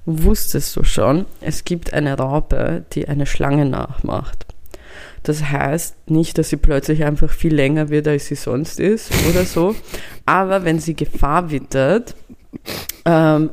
Wusstest du schon, es gibt eine Raupe, die eine Schlange nachmacht. Das heißt nicht, dass sie plötzlich einfach viel länger wird, als sie sonst ist oder so. Aber wenn sie Gefahr wittert, dann...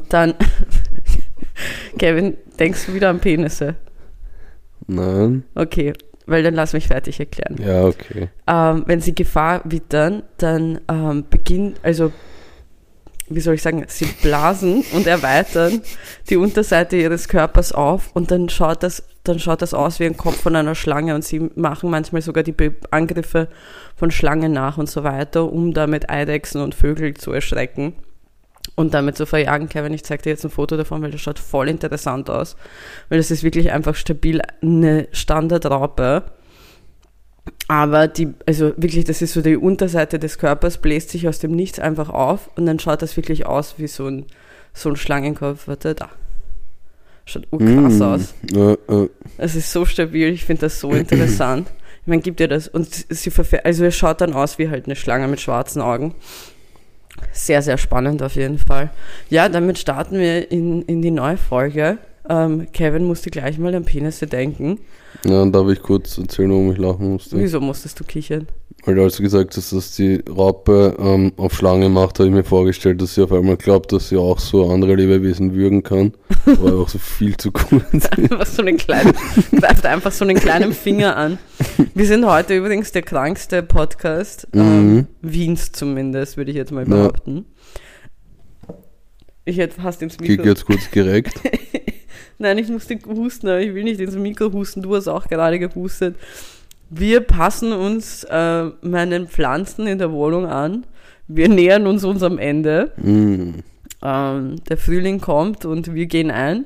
Kevin, denkst du wieder an Penisse? Nein. Okay, weil dann lass mich fertig erklären. Ja, okay. Wenn sie Gefahr wittern, dann beginnt, also wie soll ich sagen, sie blasen und erweitern die Unterseite ihres Körpers auf und dann schaut das aus wie ein Kopf von einer Schlange und sie machen manchmal sogar die Angriffe von Schlangen nach und so weiter, um damit Eidechsen und Vögel zu erschrecken und damit zu verjagen. Kevin, ich zeige dir jetzt ein Foto davon, weil das schaut voll interessant aus, weil das ist wirklich einfach stabil eine Standardraupe. Aber also wirklich, das ist so die Unterseite des Körpers, bläst sich aus dem Nichts einfach auf und dann schaut das wirklich aus wie so ein Schlangenkopf. Warte, da. Schaut krass aus. Es ist so stabil, ich finde das so interessant. Ich meine, gibt ihr das und also es schaut dann aus wie halt eine Schlange mit schwarzen Augen. Sehr, sehr spannend auf jeden Fall. Ja, damit starten wir in die neue Folge. Kevin musste gleich mal an Penisse denken. Ja, und darf ich kurz erzählen, warum ich lachen musste? Wieso musstest du kichern? Weil als du gesagt hast, dass die Raupe auf Schlange macht, habe ich mir vorgestellt, dass sie auf einmal glaubt, dass sie auch so andere Lebewesen würgen kann. Aber einfach so viel zu kurz. Greift einfach so einen kleinen Finger an. Wir sind heute übrigens der krankste Podcast Wiens zumindest, würde ich jetzt mal behaupten. Ich hätte fast ins Mikro... Kick jetzt kurz direkt. Nein, ich musste husten, aber ich will nicht ins Mikro husten. Du hast auch gerade gehustet. Wir passen uns meinen Pflanzen in der Wohnung an. Wir nähern uns unserem Ende. Der Frühling kommt und wir gehen ein.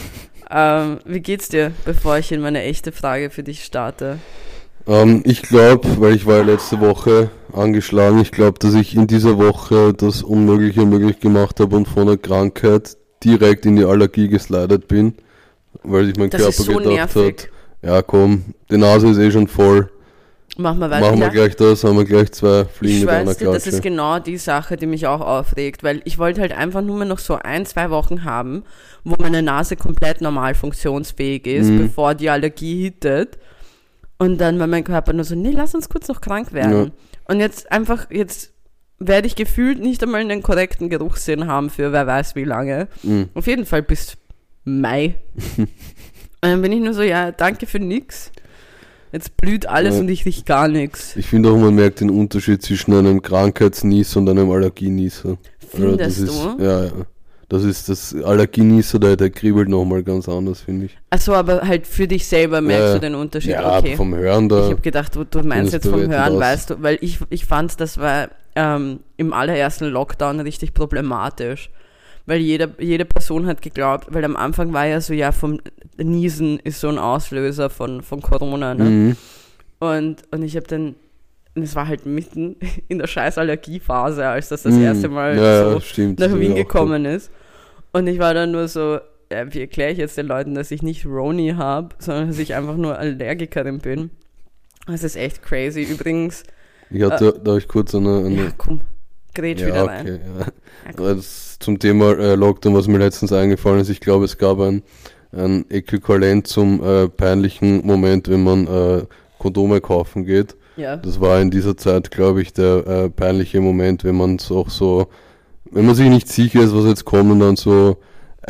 Wie geht's dir, bevor ich in meine echte Frage für dich starte? Ich glaube, weil ich war ja letzte Woche angeschlagen, ich glaube, dass ich in dieser Woche das Unmögliche möglich gemacht habe und von der Krankheit direkt in die Allergie geslidet bin, weil sich mein Körper so gedacht hat, ja komm, die Nase ist eh schon voll, machen wir gleich das, haben wir gleich 2 Fliegen mit einer Klatsche. Das ist genau die Sache, die mich auch aufregt, weil ich wollte halt einfach nur mehr noch so 1-2 Wochen haben, wo meine Nase komplett normal funktionsfähig ist, bevor die Allergie hittet. Und dann war mein Körper nur so, nee, lass uns kurz noch krank werden. Ja. Und jetzt werde ich gefühlt nicht einmal einen korrekten Geruchssinn haben für wer weiß wie lange. Auf jeden Fall bis Mai. Und dann bin ich nur so, ja, danke für nix. Jetzt blüht alles und ich rieche gar nichts. Ich finde auch, man merkt den Unterschied zwischen einem Krankheitsnieser und einem Allergienieser. Findest du? Ja. Das ist das Allergienieser, der kribbelt nochmal ganz anders, finde ich. Achso, aber halt für dich selber merkst du den Unterschied, ja, okay. Vom Hören da. Ich habe gedacht, du meinst jetzt vom Hören, weißt du, weil ich fand, das war im allerersten Lockdown richtig problematisch. Weil jede Person hat geglaubt, weil am Anfang war ja so, ja, vom Niesen ist so ein Auslöser von Corona, ne? Und ich habe dann, es war halt mitten in der scheiß Allergiephase, als das erste Mal nach Wien gekommen ist. Und ich war dann nur so, wie erkläre ich jetzt den Leuten, dass ich nicht Roni habe, sondern dass ich einfach nur Allergikerin bin. Das ist echt crazy. Übrigens... Ich hatte, darf ich kurz eine... Ja, komm, grätsch wieder rein. Okay, ja. Das zum Thema Lockdown, was mir letztens eingefallen ist, ich glaube, es gab ein Äquivalent zum peinlichen Moment, wenn man Kondome kaufen geht. Ja. Das war in dieser Zeit, glaube ich, der peinliche Moment, wenn man es auch so, wenn man sich nicht sicher ist, was jetzt kommt und dann so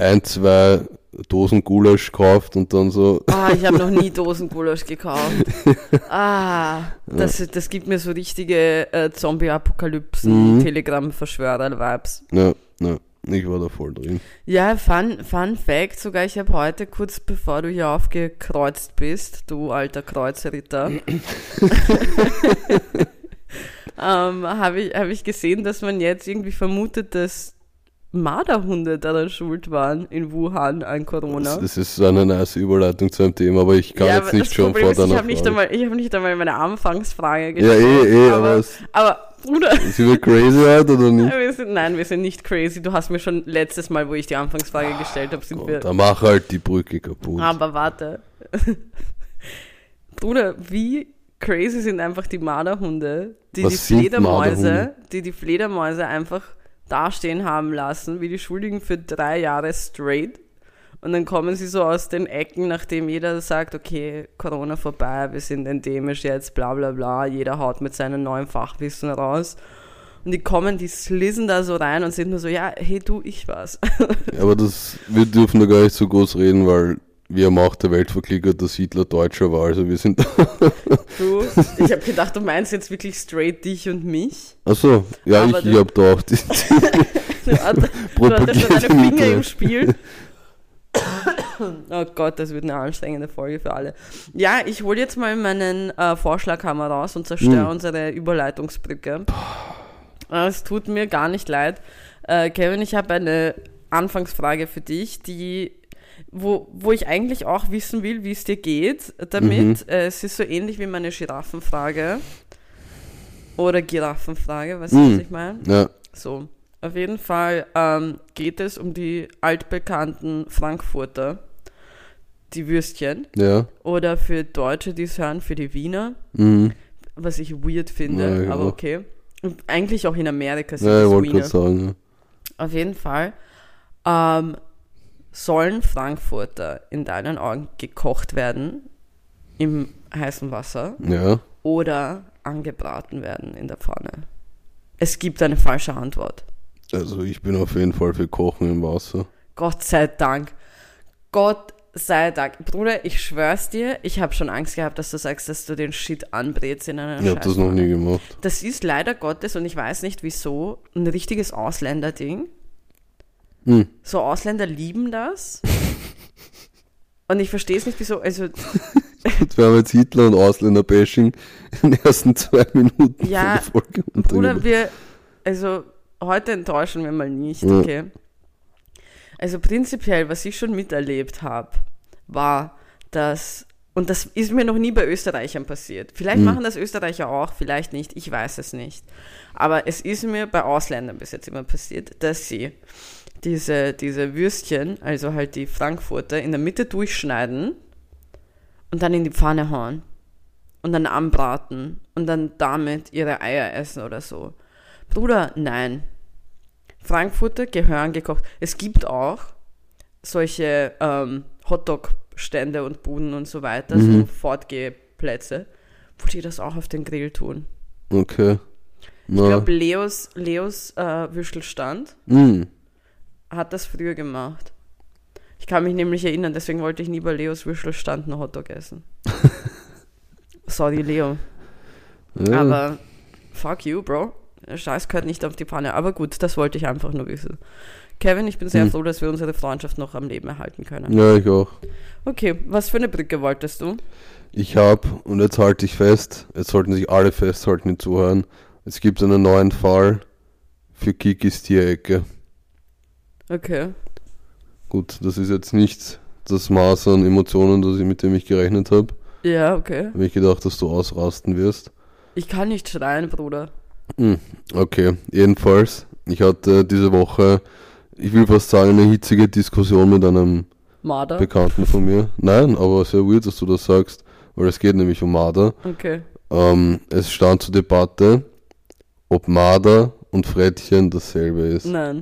1-2 Dosen Gulasch kauft und dann so... Ich habe noch nie Dosen Gulasch gekauft. Das gibt mir so richtige Zombie-Apokalypsen-Telegram-Verschwörer-Vibes. Ja, ich war da voll drin. Ja, Fun Fact, sogar ich habe heute, kurz bevor du hier aufgekreuzt bist, du alter Kreuzritter, habe ich gesehen, dass man jetzt irgendwie vermutet, dass Marderhunde daran schuld waren in Wuhan an Corona. Das ist eine nice Überleitung zu einem Thema, aber ich kann jetzt nicht schon vor deiner Frage. Ich habe nicht einmal meine Anfangsfrage gestellt. Ja, aber Bruder... Sind wir crazy heute oder nicht? Nein, wir sind nicht crazy. Du hast mir schon letztes Mal, wo ich die Anfangsfrage gestellt habe, sind wir... Dann mach halt die Brücke kaputt. Aber warte. Bruder, wie crazy sind einfach die Marderhunde, die Fledermäuse einfach dastehen haben lassen, wie die Schuldigen für 3 Jahre straight. Und dann kommen sie so aus den Ecken, nachdem jeder sagt, okay, Corona vorbei, wir sind endemisch jetzt, bla bla bla, jeder haut mit seinem neuen Fachwissen raus. Und die slizzen da so rein und sind nur so, ja, hey du, ich war's. Ja, aber wir dürfen da gar nicht so groß reden, weil wir haben auch der Welt verklickert, dass Hitler Deutscher war, also wir sind... Du, ich habe gedacht, du meinst jetzt wirklich straight dich und mich. Ach so, ja, ich habe da auch die du hattest schon deine Finger im Spiel. Oh Gott, das wird eine anstrengende Folge für alle. Ja, ich hole jetzt mal meinen Vorschlaghammer raus und zerstöre unsere Überleitungsbrücke. Es tut mir gar nicht leid. Kevin, ich habe eine Anfangsfrage für dich, wo ich eigentlich auch wissen will, wie es dir geht damit. Es ist so ähnlich wie meine Giraffenfrage. Oder Giraffenfrage, weißt du, was ich meine? Ja. So, auf jeden Fall geht es um die altbekannten Frankfurter, die Würstchen. Ja. Oder für Deutsche, die es hören, für die Wiener. Was ich weird finde, ja, aber okay. Und eigentlich auch in Amerika sind ja, es ich wollte Wiener. gerade sagen, ja. Auf jeden Fall sollen Frankfurter in deinen Augen gekocht werden im heißen Wasser oder angebraten werden in der Pfanne? Es gibt eine falsche Antwort. Also ich bin auf jeden Fall für Kochen im Wasser. Gott sei Dank. Gott sei Dank. Bruder, ich schwör's dir, ich habe schon Angst gehabt, dass du sagst, dass du den Shit anbrätst in einer Ich habe das noch nie gemacht. Das ist leider Gottes, und ich weiß nicht wieso, ein richtiges Ausländerding. So Ausländer lieben das. Und ich verstehe es nicht, wieso. Also wir haben jetzt Hitler und Ausländer-Bashing in den ersten 2 Minuten ja, von der Folge. Bruder, heute enttäuschen wir mal nicht, okay? Also prinzipiell, was ich schon miterlebt habe, war, und das ist mir noch nie bei Österreichern passiert. Vielleicht machen das Österreicher auch, vielleicht nicht, ich weiß es nicht. Aber es ist mir bei Ausländern bis jetzt immer passiert, dass sie diese Würstchen, also halt die Frankfurter, in der Mitte durchschneiden und dann in die Pfanne hauen und dann anbraten und dann damit ihre Eier essen oder so. Bruder, nein. Frankfurter gehören gekocht. Es gibt auch solche Hotdog-Stände und Buden und so weiter, so Fortgehplätze, wo die das auch auf den Grill tun. Okay. Ich glaube, Leos Würstelstand hat das früher gemacht. Ich kann mich nämlich erinnern, deswegen wollte ich nie bei Leos Würstelstand einen Hotdog essen. Sorry, Leo. Ja. Aber fuck you, Bro. Der Scheiß gehört nicht auf die Pfanne. Aber gut, das wollte ich einfach nur wissen. Kevin, ich bin sehr froh, dass wir unsere Freundschaft noch am Leben erhalten können. Ja, ich auch. Okay, was für eine Brücke wolltest du? Ich habe, und jetzt halte ich fest, jetzt sollten sich alle festhalten, die zuhören, es gibt einen neuen Fall für Kikis Tierecke. Okay. Gut, das ist jetzt nicht das Maß an Emotionen, mit dem ich gerechnet habe. Ja, okay. Habe ich gedacht, dass du ausrasten wirst. Ich kann nicht schreien, Bruder. Okay, jedenfalls, ich hatte diese Woche, ich will fast sagen, eine hitzige Diskussion mit einem Marder? Bekannten von mir. Nein, aber sehr weird, dass du das sagst, weil es geht nämlich um Marder. Okay. Es stand zur Debatte, ob Marder und Frettchen dasselbe ist. Nein.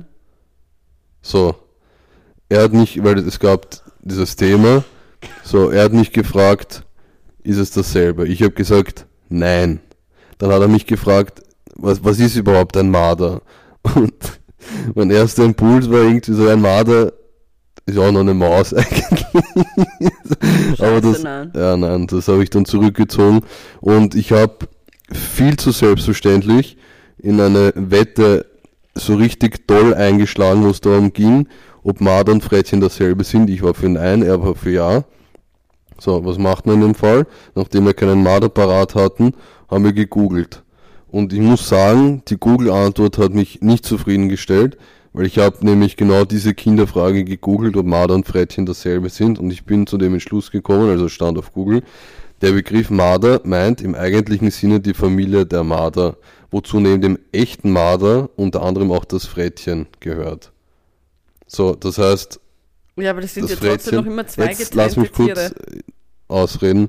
So, er hat nicht, weil es gab dieses Thema, so, er hat mich gefragt, ist es dasselbe? Ich habe gesagt, nein. Dann hat er mich gefragt, was ist überhaupt ein Marder? Und mein erster Impuls war irgendwie so, ein Marder ist auch noch eine Maus eigentlich. Aber das, nein. Ja, nein, das habe ich dann zurückgezogen. Und ich habe viel zu selbstverständlich in eine Wette so richtig doll eingeschlagen, wo es darum ging, ob Marder und Frettchen dasselbe sind. Ich war für Nein, er war für Ja. So, was macht man in dem Fall? Nachdem wir keinen Marder parat hatten, haben wir gegoogelt. Und ich muss sagen, die Google-Antwort hat mich nicht zufriedengestellt, weil ich habe nämlich genau diese Kinderfrage gegoogelt, ob Marder und Frettchen dasselbe sind, und ich bin zu dem Entschluss gekommen, also stand auf Google, der Begriff Marder meint im eigentlichen Sinne die Familie der Marder, wozu neben dem echten Marder unter anderem auch das Frettchen gehört. So, das heißt... Ja, aber das sind ja trotzdem noch immer zwei getrennte lass mich kurz Tiere. Ausreden.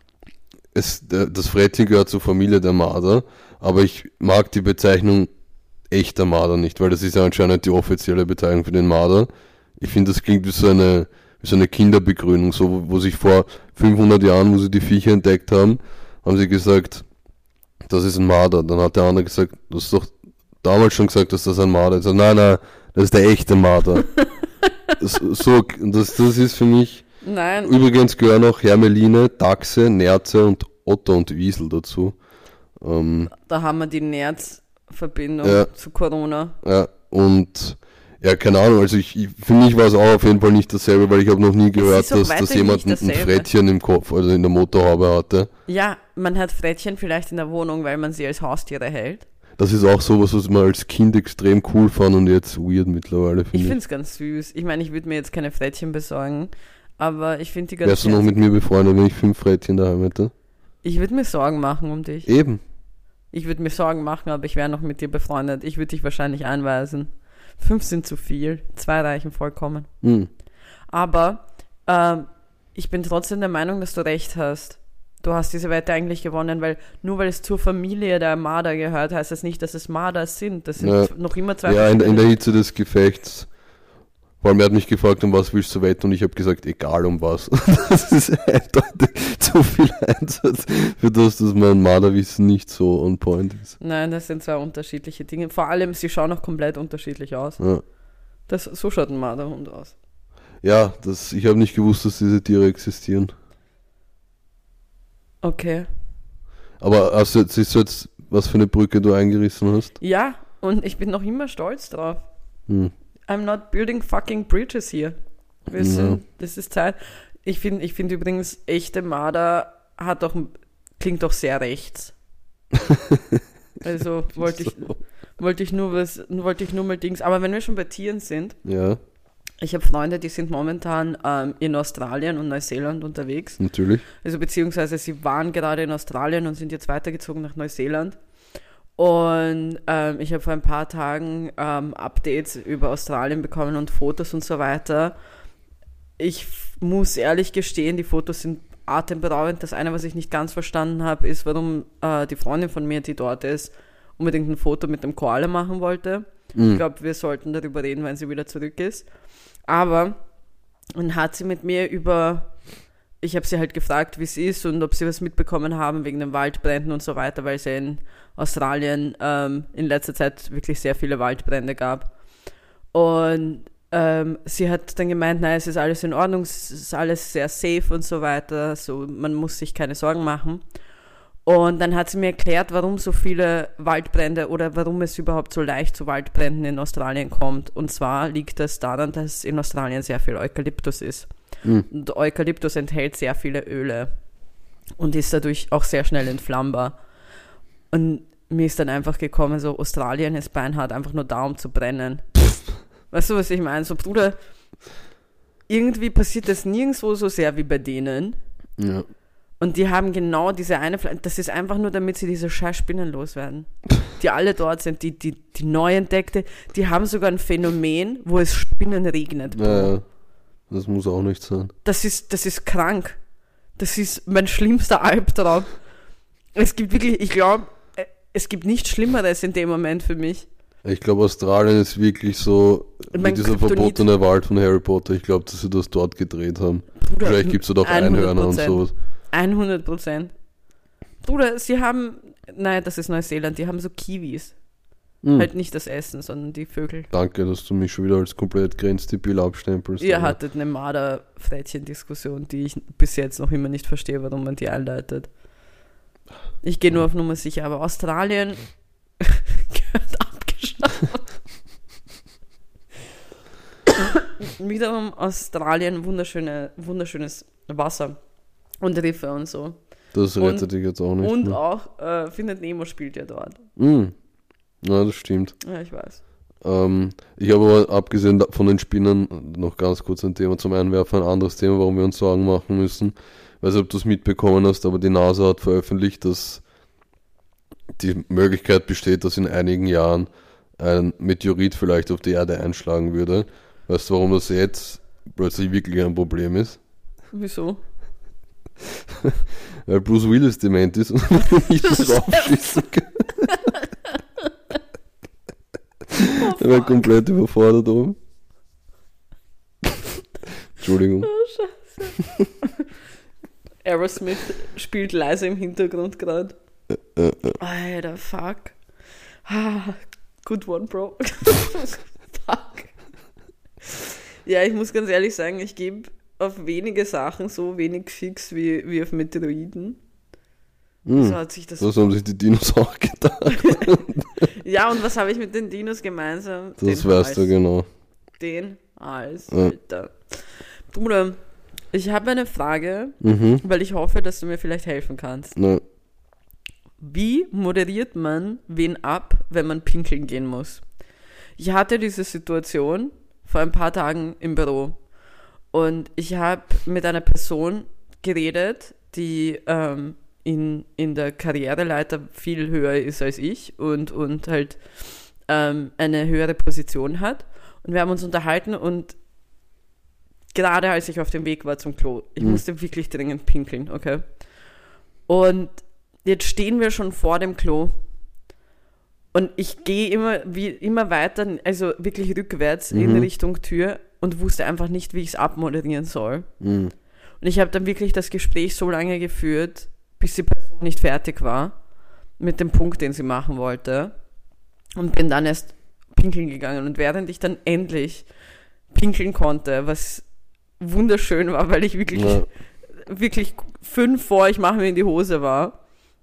Das Frettchen gehört zur Familie der Marder, aber ich mag die Bezeichnung echter Marder nicht, weil das ist ja anscheinend die offizielle Bezeichnung für den Marder. Ich finde, das klingt wie so eine so eine Kinderbegrünung, so wo sich vor 500 Jahren, wo sie die Viecher entdeckt haben sie gesagt, das ist ein Marder. Dann hat der andere gesagt, du hast doch damals schon gesagt, dass das ein Marder ist. Nein, das ist der echte Marder. Das ist für mich... Nein. Übrigens gehören auch Hermeline, Dachse, Nerze und Otter und Wiesel dazu. Da haben wir die Nerz-Verbindung zu Corona. Ja, und ja, keine Ahnung, also für mich war es auch auf jeden Fall nicht dasselbe, weil ich habe noch nie gehört, dass jemand ein Frettchen im Kopf, also in der Motorhaube hatte. Ja, man hat Frettchen vielleicht in der Wohnung, weil man sie als Haustiere hält. Das ist auch sowas, was man als Kind extrem cool fand und jetzt weird mittlerweile, finde ich. Ich finde es ganz süß. Ich meine, ich würde mir jetzt keine Frettchen besorgen, aber ich finde die ganz Wärst du noch mit mir befreundet, wenn ich 5 Frettchen daheim hätte? Ich würde mir Sorgen machen um dich. Eben. Ich würde mir Sorgen machen, aber ich wäre noch mit dir befreundet. Ich würde dich wahrscheinlich einweisen. 5 sind zu viel, 2 reichen vollkommen. Aber ich bin trotzdem der Meinung, dass du recht hast. Du hast diese Wette eigentlich gewonnen, weil nur weil es zur Familie der Marder gehört, heißt das nicht, dass es Marder sind. Das sind noch immer 2 Ja, in der Hitze des Gefechts. Vor allem, er hat mich gefragt, um was willst du wetten, und ich habe gesagt, egal um was. Das ist eindeutig zu viel Einsatz, für das, dass mein Marderwissen nicht so on point ist. Nein, das sind 2 unterschiedliche Dinge. Vor allem, sie schauen auch komplett unterschiedlich aus. Ja. So schaut ein Marderhund aus. Ja, ich habe nicht gewusst, dass diese Tiere existieren. Okay. Aber siehst du jetzt, was für eine Brücke du eingerissen hast? Ja, und ich bin noch immer stolz drauf. I'm not building fucking bridges hier. Das ist Zeit. Ich finde übrigens, echte Marder klingt doch sehr rechts. Also wollte ich nur mal Dings. Aber wenn wir schon bei Tieren sind, ja. Ich habe Freunde, die sind momentan in Australien und Neuseeland unterwegs. Natürlich. Also beziehungsweise sie waren gerade in Australien und sind jetzt weitergezogen nach Neuseeland. Und ich habe vor ein paar Tagen Updates über Australien bekommen und Fotos und so weiter. Ich muss ehrlich gestehen, die Fotos sind atemberaubend. Das eine, was ich nicht ganz verstanden habe, ist, warum die Freundin von mir, die dort ist, unbedingt ein Foto mit dem Koala machen wollte. Ich glaube, wir sollten darüber reden, wenn sie wieder zurück ist. Aber dann hat sie mit mir ich habe sie halt gefragt, wie es ist und ob sie was mitbekommen haben wegen den Waldbränden und so weiter, weil es ja in Australien in letzter Zeit wirklich sehr viele Waldbrände gab. Und sie hat dann gemeint, nein, es ist alles in Ordnung, es ist alles sehr safe und so weiter, so, man muss sich keine Sorgen machen. Und dann hat sie mir erklärt, warum so viele Waldbrände oder warum es überhaupt so leicht zu Waldbränden in Australien kommt. Und zwar liegt das daran, dass in Australien sehr viel Eukalyptus ist. Und Eukalyptus enthält sehr viele Öle und ist dadurch auch sehr schnell entflammbar. Und mir ist dann einfach gekommen, so Australien ist beinhart einfach nur da, um zu brennen. Weißt du, was ich meine? So, Bruder, irgendwie passiert das nirgendwo so sehr wie bei denen. Ja. Und die haben genau diese eine das ist einfach nur, damit sie diese scheiß Spinnen loswerden. Die alle dort sind, die neu entdeckte, die haben sogar ein Phänomen, wo es Spinnen regnet. Ja, das muss auch nicht sein. Das ist krank. Das ist mein schlimmster Albtraum. Es gibt wirklich, ich glaube, es gibt nichts Schlimmeres in dem Moment für mich. Ich glaube, Australien ist wirklich so wie dieser verbotene Wald von Harry Potter. Ich glaube, dass sie das dort gedreht haben. Bruder, vielleicht gibt es dort auch Einhörner und sowas. 100%. Bruder, nein, das ist Neuseeland, die haben so Kiwis. Halt nicht das Essen, sondern die Vögel. Danke, dass du mich schon wieder als komplett grenzdebil abstempelst. Ihr hattet eine Marder-Frettchen-Diskussion, die ich bis jetzt noch immer nicht verstehe, warum man die einleitet. Ich gehe nur auf Nummer sicher, aber Australien gehört abgeschafft. Wiederum Australien, wunderschönes Wasser und Riffe und so. Das rettet dich jetzt auch nicht. Und auch Findet Nemo spielt ja dort. Ja, das stimmt. Ja, ich weiß. Ich habe aber abgesehen von den Spinnen noch ganz kurz ein Thema zum Einwerfen, ein anderes Thema, warum wir uns Sorgen machen müssen. Ich weiß nicht, ob du es mitbekommen hast, aber die NASA hat veröffentlicht, dass die Möglichkeit besteht, dass in einigen Jahren ein Meteorit vielleicht auf die Erde einschlagen würde. Weißt du, warum das jetzt plötzlich wirklich ein Problem ist? Wieso? Weil Bruce Willis dement ist und nicht draufschießen kann. Er war komplett überfordert oben. Entschuldigung. Oh, Scheiße. Aerosmith spielt leise im Hintergrund gerade. Alter, fuck. Good one, Bro. Fuck. Ja, ich muss ganz ehrlich sagen, ich gebe auf wenige Sachen so wenig Fix wie auf Meteoroiden. So hat sich das haben sich die Dinos auch gedacht. Ja, und was habe ich mit den Dinos gemeinsam? Das weißt du genau. Den Hals, Alter. Bruder, ich habe eine Frage, weil ich hoffe, dass du mir vielleicht helfen kannst. Ne. Wie moderiert man wen ab, wenn man pinkeln gehen muss? Ich hatte diese Situation vor ein paar Tagen im Büro und ich habe mit einer Person geredet, die in der Karriereleiter viel höher ist als ich und halt eine höhere Position hat. Und wir haben uns unterhalten und gerade als ich auf dem Weg war zum Klo, ich musste wirklich dringend pinkeln, okay? Und jetzt stehen wir schon vor dem Klo und ich gehe immer weiter, also wirklich rückwärts in Richtung Tür und wusste einfach nicht, wie ich es abmoderieren soll. Und ich habe dann wirklich das Gespräch so lange geführt, bis die Person nicht fertig war mit dem Punkt, den sie machen wollte, und bin dann erst pinkeln gegangen. Und während ich dann endlich pinkeln konnte, was wunderschön war, weil ich wirklich 5 vor, ich mache mir in die Hose war,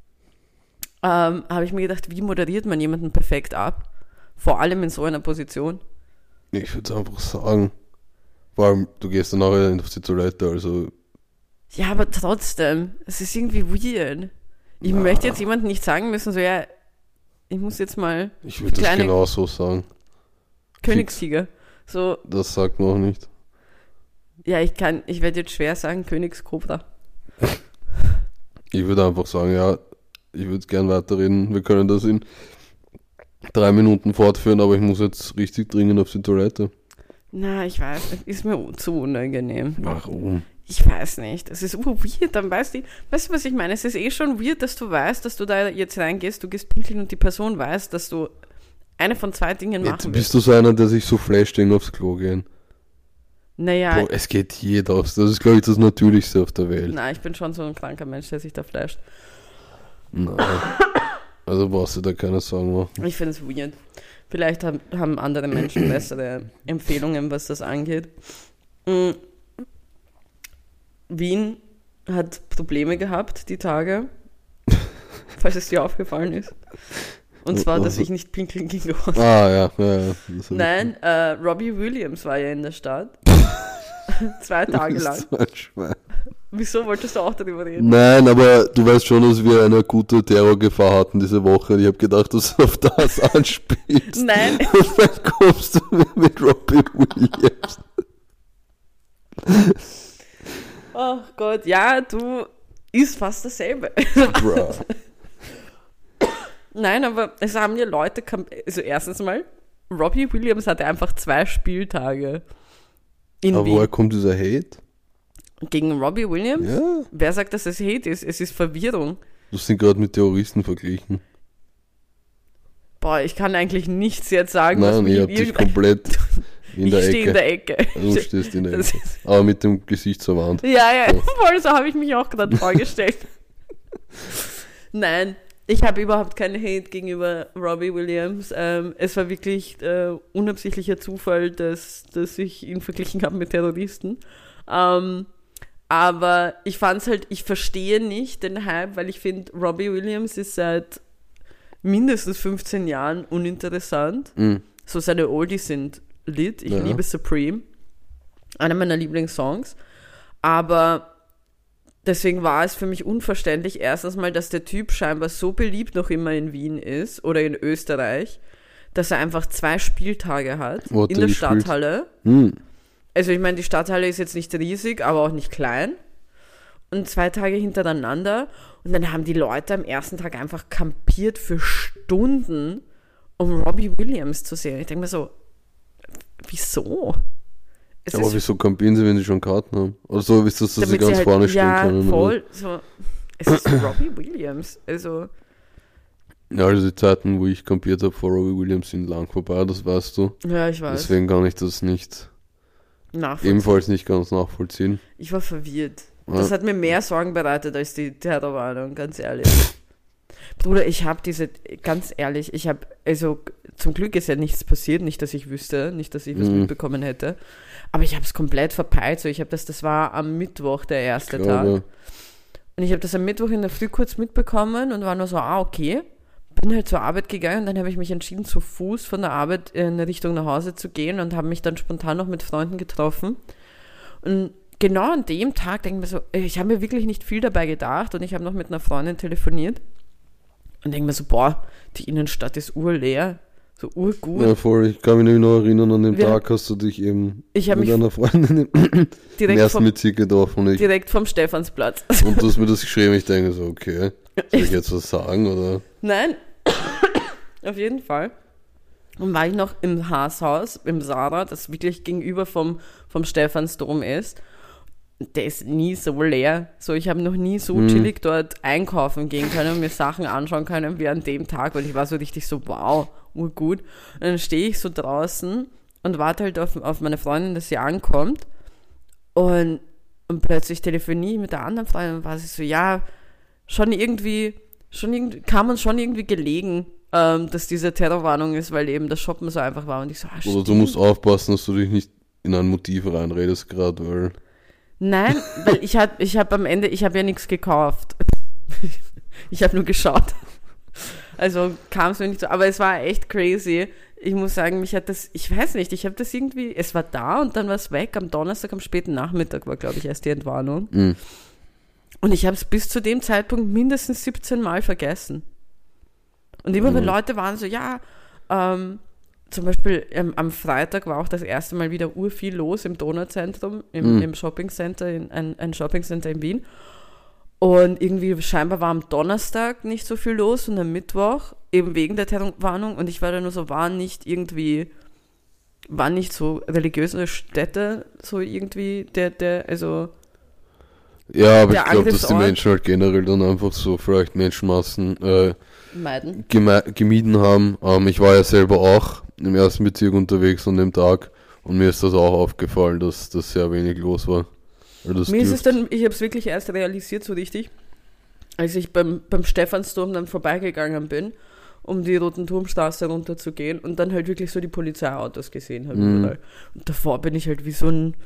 habe ich mir gedacht, wie moderiert man jemanden perfekt ab? Vor allem in so einer Position. Ich würde einfach sagen, vor allem, du gehst dann nachher auf die Toilette, also... Ja, aber trotzdem, es ist irgendwie weird. Ich möchte jetzt jemandem nicht sagen müssen, so, ja, ich muss jetzt mal... Ich würde das genau so sagen. Königstiger. So, das sagt man auch nicht. Ja, ich werde jetzt schwer sagen, Königskobra. Ich würde einfach sagen, ja, ich würde gern weiterreden. Wir können das in 3 Minuten fortführen, aber ich muss jetzt richtig dringend auf die Toilette. Na, ich weiß, ist mir zu unangenehm. Warum? Ich weiß nicht. Es ist weird, dann weißt du, was ich meine? Es ist schon weird, dass du weißt, dass du da jetzt reingehst, du gehst pinkeln und die Person weiß, dass du eine von 2 Dingen machen willst. Bist du so einer, der sich so flasht, aufs Klo gehen? Naja. Bro, es geht jeder aufs. Das ist, glaube ich, das Natürlichste auf der Welt. Nein, ich bin schon so ein kranker Mensch, der sich da flasht. Nein. Also brauchst du da keine Sorgen machen. Ich finde es weird. Vielleicht haben andere Menschen bessere Empfehlungen, was das angeht. Wien hat Probleme gehabt, die Tage. Falls es dir aufgefallen ist. Und zwar, dass ich nicht pinkeln gehen konnte. Ja. Nein, Robbie Williams war ja in der Stadt. 2 Tage lang. So ein Schwein. Wieso wolltest du auch darüber reden? Nein, aber du weißt schon, dass wir eine akute Terrorgefahr hatten diese Woche. Ich habe gedacht, dass du auf das anspielst. Nein. Und dann kommst du mit Robbie Williams. Oh Gott, ja, du ist fast dasselbe. Bro. Nein, aber es haben ja Leute, also erstens mal, Robbie Williams hatte einfach 2 Spieltage in Aber Wien. woher kommt dieser Hate? Gegen Robbie Williams? Ja. Wer sagt, dass es Hate ist? Es ist Verwirrung. Du hast ihn gerade mit Terroristen verglichen. Boah, ich kann eigentlich nichts jetzt sagen. Nein, ich hab dich komplett in der Ecke. Ich stehe in der Ecke. Du stehst in der Ecke. Aber mit dem Gesicht zur Wand. Ja, voll, so habe ich mich auch gerade vorgestellt. Nein, ich habe überhaupt keinen Hate gegenüber Robbie Williams. Es war wirklich unabsichtlicher Zufall, dass ich ihn verglichen habe mit Terroristen. Aber ich fand's halt, ich verstehe nicht den Hype, weil ich finde, Robbie Williams ist seit mindestens 15 Jahren uninteressant. So seine Oldies sind lit. Ich liebe Supreme. Einer meiner Lieblingssongs. Aber deswegen war es für mich unverständlich, erstens mal, dass der Typ scheinbar so beliebt noch immer in Wien ist oder in Österreich, dass er einfach 2 Spieltage hat in der Stadthalle. Also ich meine, die Stadthalle ist jetzt nicht riesig, aber auch nicht klein. Und 2 Tage hintereinander. Und dann haben die Leute am ersten Tag einfach kampiert für Stunden, um Robbie Williams zu sehen. Ich denke mir so, wieso? Aber wieso kampieren sie, wenn sie schon Karten haben? Oder so, wie es dass sie ganz vorne stehen können? Ja, voll. So, es ist Robbie Williams. Also die Zeiten, wo ich kampiert habe vor Robbie Williams, sind lang vorbei, das weißt du. Ja, ich weiß. Deswegen kann ich das nicht ebenfalls nicht ganz nachvollziehen. Ich war verwirrt. Das hat mir mehr Sorgen bereitet als die Terrorwarnung, ganz ehrlich. Bruder, also zum Glück ist ja nichts passiert, nicht, dass ich wüsste, nicht, dass ich was mitbekommen hätte, aber ich habe es komplett verpeilt, so das war am Mittwoch der erste Tag. Und ich habe das am Mittwoch in der Früh kurz mitbekommen und war nur so, okay, bin halt zur Arbeit gegangen und dann habe ich mich entschieden, zu Fuß von der Arbeit in Richtung nach Hause zu gehen und habe mich dann spontan noch mit Freunden getroffen und genau an dem Tag denke ich mir so, ich habe mir wirklich nicht viel dabei gedacht und ich habe noch mit einer Freundin telefoniert und denke mir so, die Innenstadt ist urleer, so urgut. Ja, voll, ich kann mich nämlich noch erinnern, an dem Tag hast du dich eben mit einer Freundin im ersten Bezirk getroffen. Direkt vom Stephansplatz. Und du hast mir das geschrieben, ich denke so, okay, soll ich jetzt was sagen, oder? Nein, auf jeden Fall. Und war ich noch im Haashaus, im Sarah, das wirklich gegenüber vom Stephansdom ist. Der ist nie so leer. So, ich habe noch nie so chillig dort einkaufen gehen können und mir Sachen anschauen können wie an dem Tag, weil ich war so richtig so, wow, urgut. Und dann stehe ich so draußen und warte halt auf meine Freundin, dass sie ankommt. Und plötzlich telefoniere ich mit der anderen Freundin und war sie so, ja, schon irgendwie kam uns schon irgendwie gelegen, dass diese Terrorwarnung ist, weil eben das Shoppen so einfach war. Und ich so, oder du musst aufpassen, dass du dich nicht in ein Motiv reinredest gerade, weil... Nein, weil ich habe am Ende, ich habe ja nichts gekauft. Ich habe nur geschaut. Also kam es mir nicht so, aber es war echt crazy. Ich muss sagen, mich hat das, ich weiß nicht, ich habe das irgendwie, es war da und dann war es weg. Am Donnerstag, am späten Nachmittag war, glaube ich, erst die Entwarnung. Und ich habe es bis zu dem Zeitpunkt mindestens 17 Mal vergessen. Und immer wenn Leute waren so, ja, zum Beispiel am Freitag war auch das erste Mal wieder urviel los im Donauzentrum, im Shoppingcenter, ein Shoppingcenter in Wien. Und irgendwie scheinbar war am Donnerstag nicht so viel los und am Mittwoch, eben wegen der Terrorwarnung. Und ich war da nur so, waren nicht so religiöse Städte so irgendwie also... Ja, aber ich glaube, dass die Menschen halt generell dann einfach so vielleicht Menschenmassen gemieden haben. Ich war ja selber auch im ersten Bezirk unterwegs an dem Tag und mir ist das auch aufgefallen, dass das sehr wenig los war. Mir ist es dann, ich habe es wirklich erst realisiert so richtig, als ich beim Stephansdom dann vorbeigegangen bin, um die Roten-Turmstraße runterzugehen und dann halt wirklich so die Polizeiautos gesehen habe überall. Und davor bin ich halt wie so ein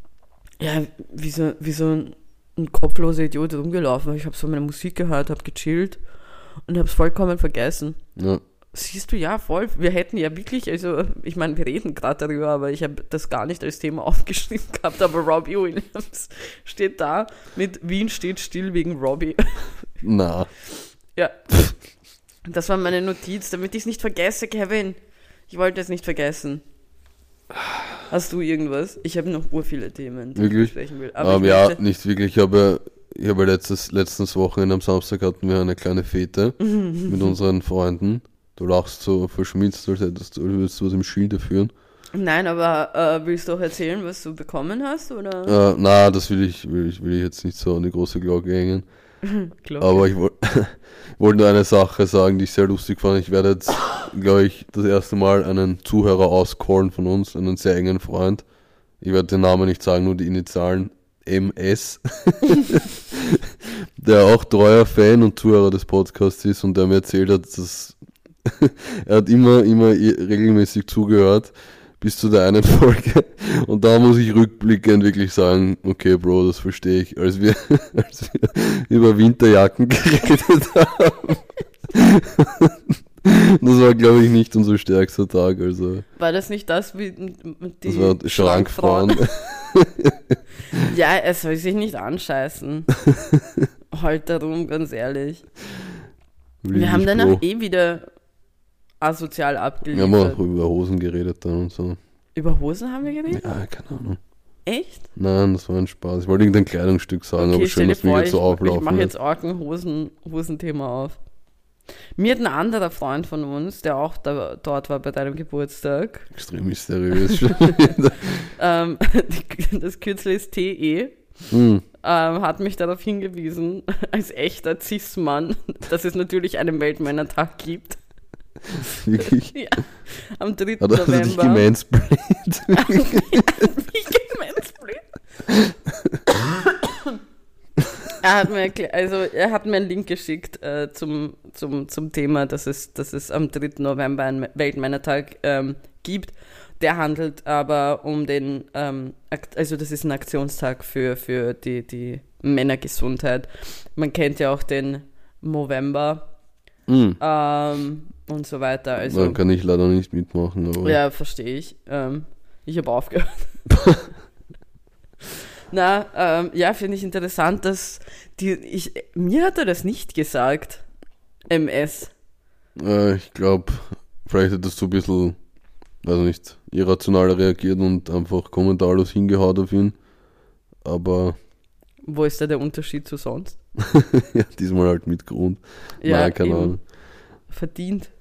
kopfloser Idiot rumgelaufen. Ich habe so meine Musik gehört, habe gechillt und habe es vollkommen vergessen. Ja. Siehst du, ja, voll. Wir hätten ja wirklich, also, ich meine, wir reden gerade darüber, aber ich habe das gar nicht als Thema aufgeschrieben gehabt, aber Robbie Williams steht da mit Wien steht still wegen Robbie. Na. Ja. Das war meine Notiz, damit ich es nicht vergesse, Kevin. Ich wollte es nicht vergessen. Hast du irgendwas? Ich habe noch viele Themen, die ich besprechen will. Aber ja, nicht wirklich. Ich habe letztes Wochenende am Samstag hatten wir eine kleine Fete mit unseren Freunden. Du lachst so verschmitzt, als würdest du was im Schilde führen. Nein, aber willst du auch erzählen, was du bekommen hast? Oder? Na, das will ich jetzt nicht so an die große Glocke hängen. Aber ich wollte nur eine Sache sagen, die ich sehr lustig fand. Ich werde jetzt, glaube ich, das erste Mal einen Zuhörer auscallen von uns, einen sehr engen Freund. Ich werde den Namen nicht sagen, nur die Initialen MS. Der auch treuer Fan und Zuhörer des Podcasts ist und der mir erzählt hat, dass er hat immer regelmäßig zugehört bis zu der einen Folge und da muss ich rückblickend wirklich sagen, okay Bro, das verstehe ich, als wir über Winterjacken geredet haben. Das war, glaube ich, nicht unser stärkster Tag. Also. War das nicht das wie mit die Das war Schrankfrauen. Ja, er soll sich nicht anscheißen. Halt darum, ganz ehrlich. Wir haben danach wieder asozial abgeliefert. Wir haben auch über Hosen geredet dann und so. Über Hosen haben wir geredet? Ja, keine Ahnung. Echt? Nein, das war ein Spaß. Ich wollte irgendein Kleidungsstück sagen, okay, aber schön, dass wir jetzt so auflaufen. Ich mache jetzt auch ein Hosenthema auf. Mir hat ein anderer Freund von uns, der auch dort war bei deinem Geburtstag. Extrem mysteriös. Das Kürzel ist TE. Hat mich darauf hingewiesen, als echter Cis-Mann, dass es natürlich einen Weltmännertag gibt. Wirklich? Ja, am 3. November. Hat er dich gemansplained? Hat mich Er hat mir einen Link geschickt zum Thema, dass es am 3. November einen Weltmännertag gibt. Der handelt aber um den, also das ist ein Aktionstag für die Männergesundheit. Man kennt ja auch den Movember und so weiter. Also, da kann ich leider nicht mitmachen. Aber ja, verstehe ich. Ich habe aufgehört. Ja, finde ich interessant, dass mir hat er das nicht gesagt, MS. Ich glaube, vielleicht hättest du ein bisschen, also nicht irrational reagiert und einfach kommentarlos hingehauen auf ihn, aber... Wo ist da der Unterschied zu sonst? Ja, diesmal halt mit Grund. Ja, nein, keine Ahnung. Verdient.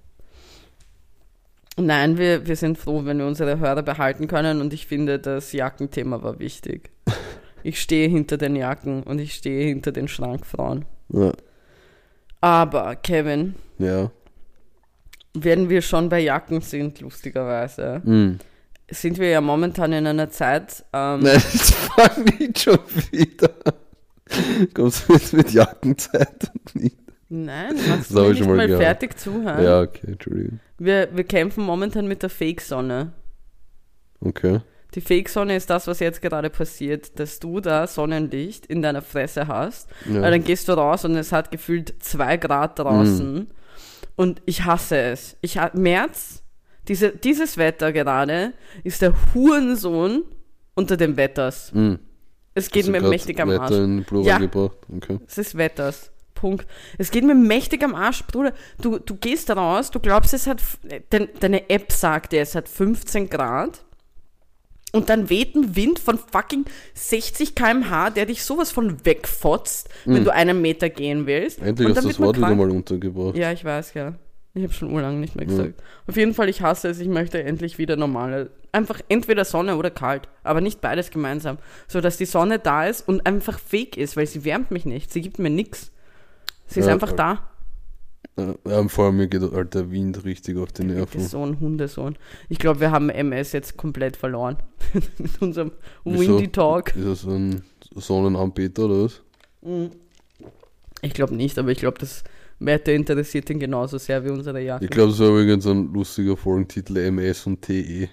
Nein, wir sind froh, wenn wir unsere Hörer behalten können und ich finde, das Jackenthema war wichtig. Ich stehe hinter den Jacken und ich stehe hinter den Schrankfrauen. Ja. Aber, Kevin, ja. Wenn wir schon bei Jacken sind, lustigerweise, sind wir ja momentan in einer Zeit... Nein, das fang nicht schon wieder. Kommst du jetzt mit Jackenzeit und nicht? Nein, machst du nicht mal fertig zuhören? Ja, okay, Entschuldigung. Wir kämpfen momentan mit der Fake-Sonne. Okay. Die Fake-Sonne ist das, was jetzt gerade passiert, dass du da Sonnenlicht in deiner Fresse hast, weil dann gehst du raus und es hat gefühlt 2 Grad draußen und ich hasse es. März, dieses Wetter gerade, ist der Hurensohn unter den Wetters. Es geht mir mächtig am Arsch. Wetter in Plural gebracht? Okay. Es ist Wetters. Punkt. Es geht mir mächtig am Arsch, Bruder. Du gehst raus, du glaubst, es hat, deine App sagt dir, es hat 15 Grad. Und dann weht ein Wind von fucking 60 km/h, der dich sowas von wegfotzt, wenn du 1 Meter gehen willst. Endlich hast du das Wort wieder mal untergebracht. Ja, ich weiß, ja. Ich habe schon urlang nicht mehr gesagt. Auf jeden Fall, ich hasse es. Ich möchte endlich wieder normale. Einfach entweder Sonne oder kalt, aber nicht beides gemeinsam. So, dass die Sonne da ist und einfach fake ist, weil sie wärmt mich nicht. Sie gibt mir nichts. Sie ist einfach da. Ja, vor allem mir geht halt der Wind richtig auf die Nerven. Sohn, Hundesohn. Ich glaube, wir haben MS jetzt komplett verloren. Mit unserem Wieso? Windy Talk. Ist das ein Sonnenanbeter oder was? Ich glaube nicht, aber ich glaube, das Wetter interessiert ihn genauso sehr wie unsere Jacke. Ich glaube, es war übrigens ein lustiger Folgentitel, MS und TE.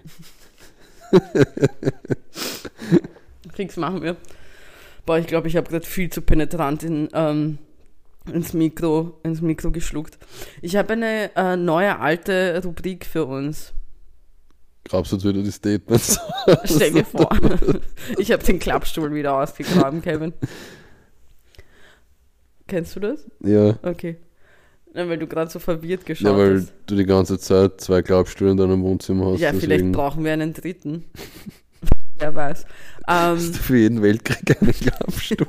Fix machen wir. Boah, ich glaube, ich habe gerade viel zu penetrant ins Mikro geschluckt. Ich habe eine neue alte Rubrik für uns. Grabst du jetzt wieder die Statements? Stell dir vor. Ich habe den Klappstuhl wieder ausgegraben, Kevin. Kennst du das? Ja. Okay. Ja, weil du gerade so verwirrt geschaut hast. Ja, weil du die ganze Zeit 2 Klappstühle in deinem Wohnzimmer hast. Ja, vielleicht brauchen wir einen dritten. Wer weiß. Hast du für jeden Weltkrieg einen Klappstuhl?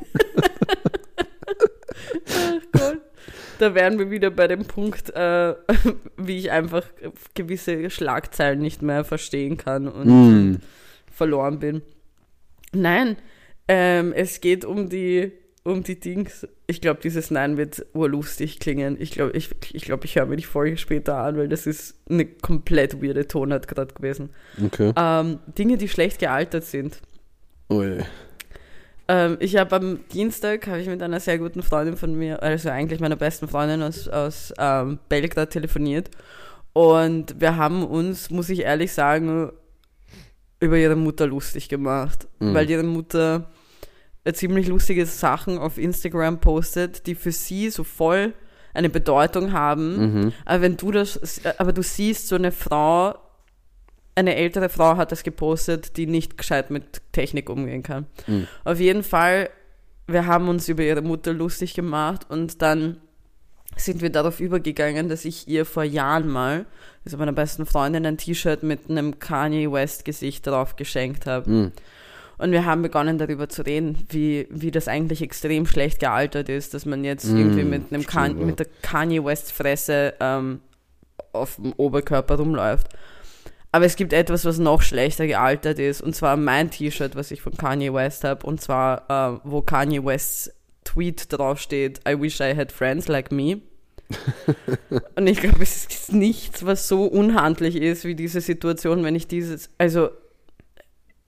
Ach Gott. Da wären wir wieder bei dem Punkt, wie ich einfach gewisse Schlagzeilen nicht mehr verstehen kann und verloren bin. Nein, es geht um die Dings. Ich glaube, dieses Nein wird urlustig klingen. Ich glaube, ich höre mir die Folge später an, weil das ist eine komplett weirde Tonart gerade gewesen. Okay. Dinge, die schlecht gealtert sind. Oh je. Ich habe am Dienstag mit einer sehr guten Freundin von mir, also eigentlich meiner besten Freundin aus Belgrad telefoniert und wir haben uns, muss ich ehrlich sagen, über ihre Mutter lustig gemacht, weil ihre Mutter ziemlich lustige Sachen auf Instagram postet, die für sie so voll eine Bedeutung haben, aber du siehst so eine Frau, eine ältere Frau hat das gepostet, die nicht gescheit mit Technik umgehen kann. Auf jeden Fall, wir haben uns über ihre Mutter lustig gemacht und dann sind wir darauf übergegangen, dass ich ihr vor Jahren mal, also meiner besten Freundin, ein T-Shirt mit einem Kanye West Gesicht drauf geschenkt habe. Und wir haben begonnen darüber zu reden, wie das eigentlich extrem schlecht gealtert ist, dass man jetzt irgendwie mit der Kanye West Fresse auf dem Oberkörper rumläuft. Aber es gibt etwas, was noch schlechter gealtert ist, und zwar mein T-Shirt, was ich von Kanye West habe, und zwar, wo Kanye Wests Tweet draufsteht, I wish I had friends like me. Und ich glaube, es ist nichts, was so unhandlich ist wie diese Situation, wenn ich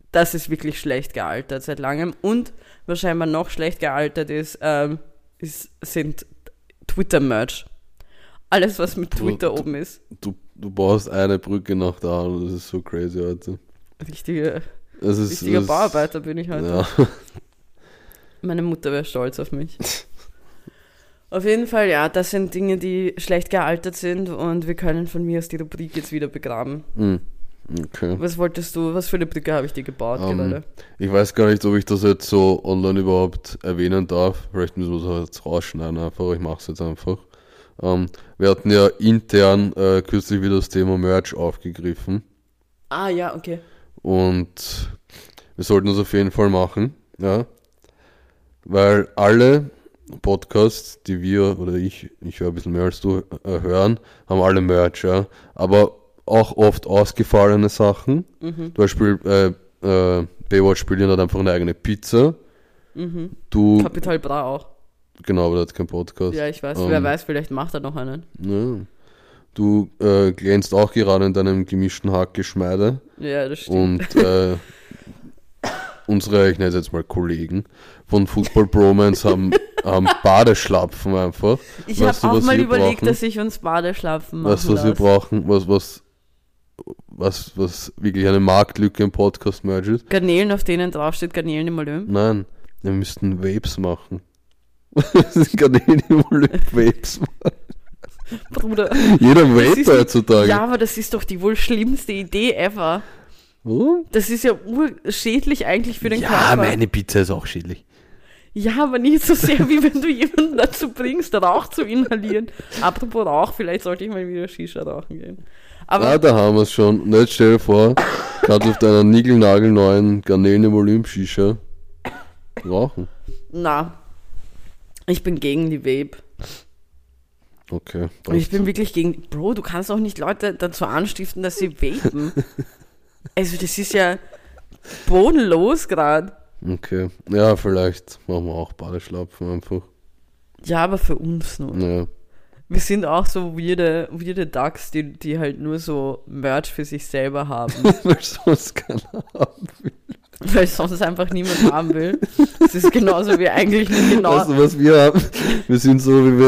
das ist wirklich schlecht gealtert seit langem. Und was scheinbar noch schlecht gealtert sind Twitter-Merch. Alles, was mit Twitter oben ist. Du baust eine Brücke nach der anderen, das ist so crazy heute. Richtiger Bauarbeiter bin ich heute. Ja. Meine Mutter wäre stolz auf mich. Auf jeden Fall, ja, das sind Dinge, die schlecht gealtert sind und wir können von mir aus die Rubrik jetzt wieder begraben. Okay. Was für eine Brücke habe ich dir gebaut gerade? Ich weiß gar nicht, ob ich das jetzt so online überhaupt erwähnen darf. Vielleicht müssen wir es jetzt rausschneiden einfach, aber ich mache es jetzt einfach. Wir hatten ja intern kürzlich wieder das Thema Merch aufgegriffen. Ah, ja, okay. Und wir sollten das auf jeden Fall machen, ja. Weil alle Podcasts, die wir oder ich höre ein bisschen mehr als du, hören, haben alle Merch, ja. Aber auch oft ausgefallene Sachen. Zum Beispiel Baywatch spielt ja einfach eine eigene Pizza. Capital Bra auch. Genau, aber der hat keinen Podcast. Ja, ich weiß. Wer weiß, vielleicht macht er noch einen. Ja. Du glänzt auch gerade in deinem gemischten Hackgeschmeide. Ja, das stimmt. Und unsere, ich nenne es jetzt mal Kollegen von Football Bromance haben Badeschlapfen einfach. Ich habe auch mal überlegt, dass ich uns Badeschlapfen machen lasse. Was wir brauchen, was wirklich eine Marktlücke im Podcast-Merch ist. Garnelen, auf denen draufsteht Garnelen im Olymp? Nein, wir müssten Vapes machen. Garnelen im Olymp Vapes machen. Bruder. Jeder vape heutzutage. Ja, aber das ist doch die wohl schlimmste Idee ever. Das ist ja urschädlich eigentlich für den Körper. Ja, meine Pizza ist auch schädlich. Ja, aber nicht so sehr, wie wenn du jemanden dazu bringst, Rauch zu inhalieren. Apropos Rauch, vielleicht sollte ich mal wieder Shisha rauchen gehen. Aber da haben wir es schon. Und jetzt stell dir vor, kannst du auf deiner niegelnagelneuen Garnelen im Olymp Shisha rauchen. Na, ich bin gegen die Vape. Okay. Ich bin wirklich gegen... Bro, du kannst auch nicht Leute dazu anstiften, dass sie vapen. Also das ist ja bodenlos gerade. Okay. Ja, vielleicht machen wir auch Badeschlapfen einfach. Ja, aber für uns nur. Ja. Wir sind auch so weirde Ducks, die halt nur so Merch für sich selber haben. Weil sonst keiner haben will. Weil sonst einfach niemand haben will. Das ist genauso wie eigentlich nicht genau... Weißt du, was wir haben? Wir sind so, wie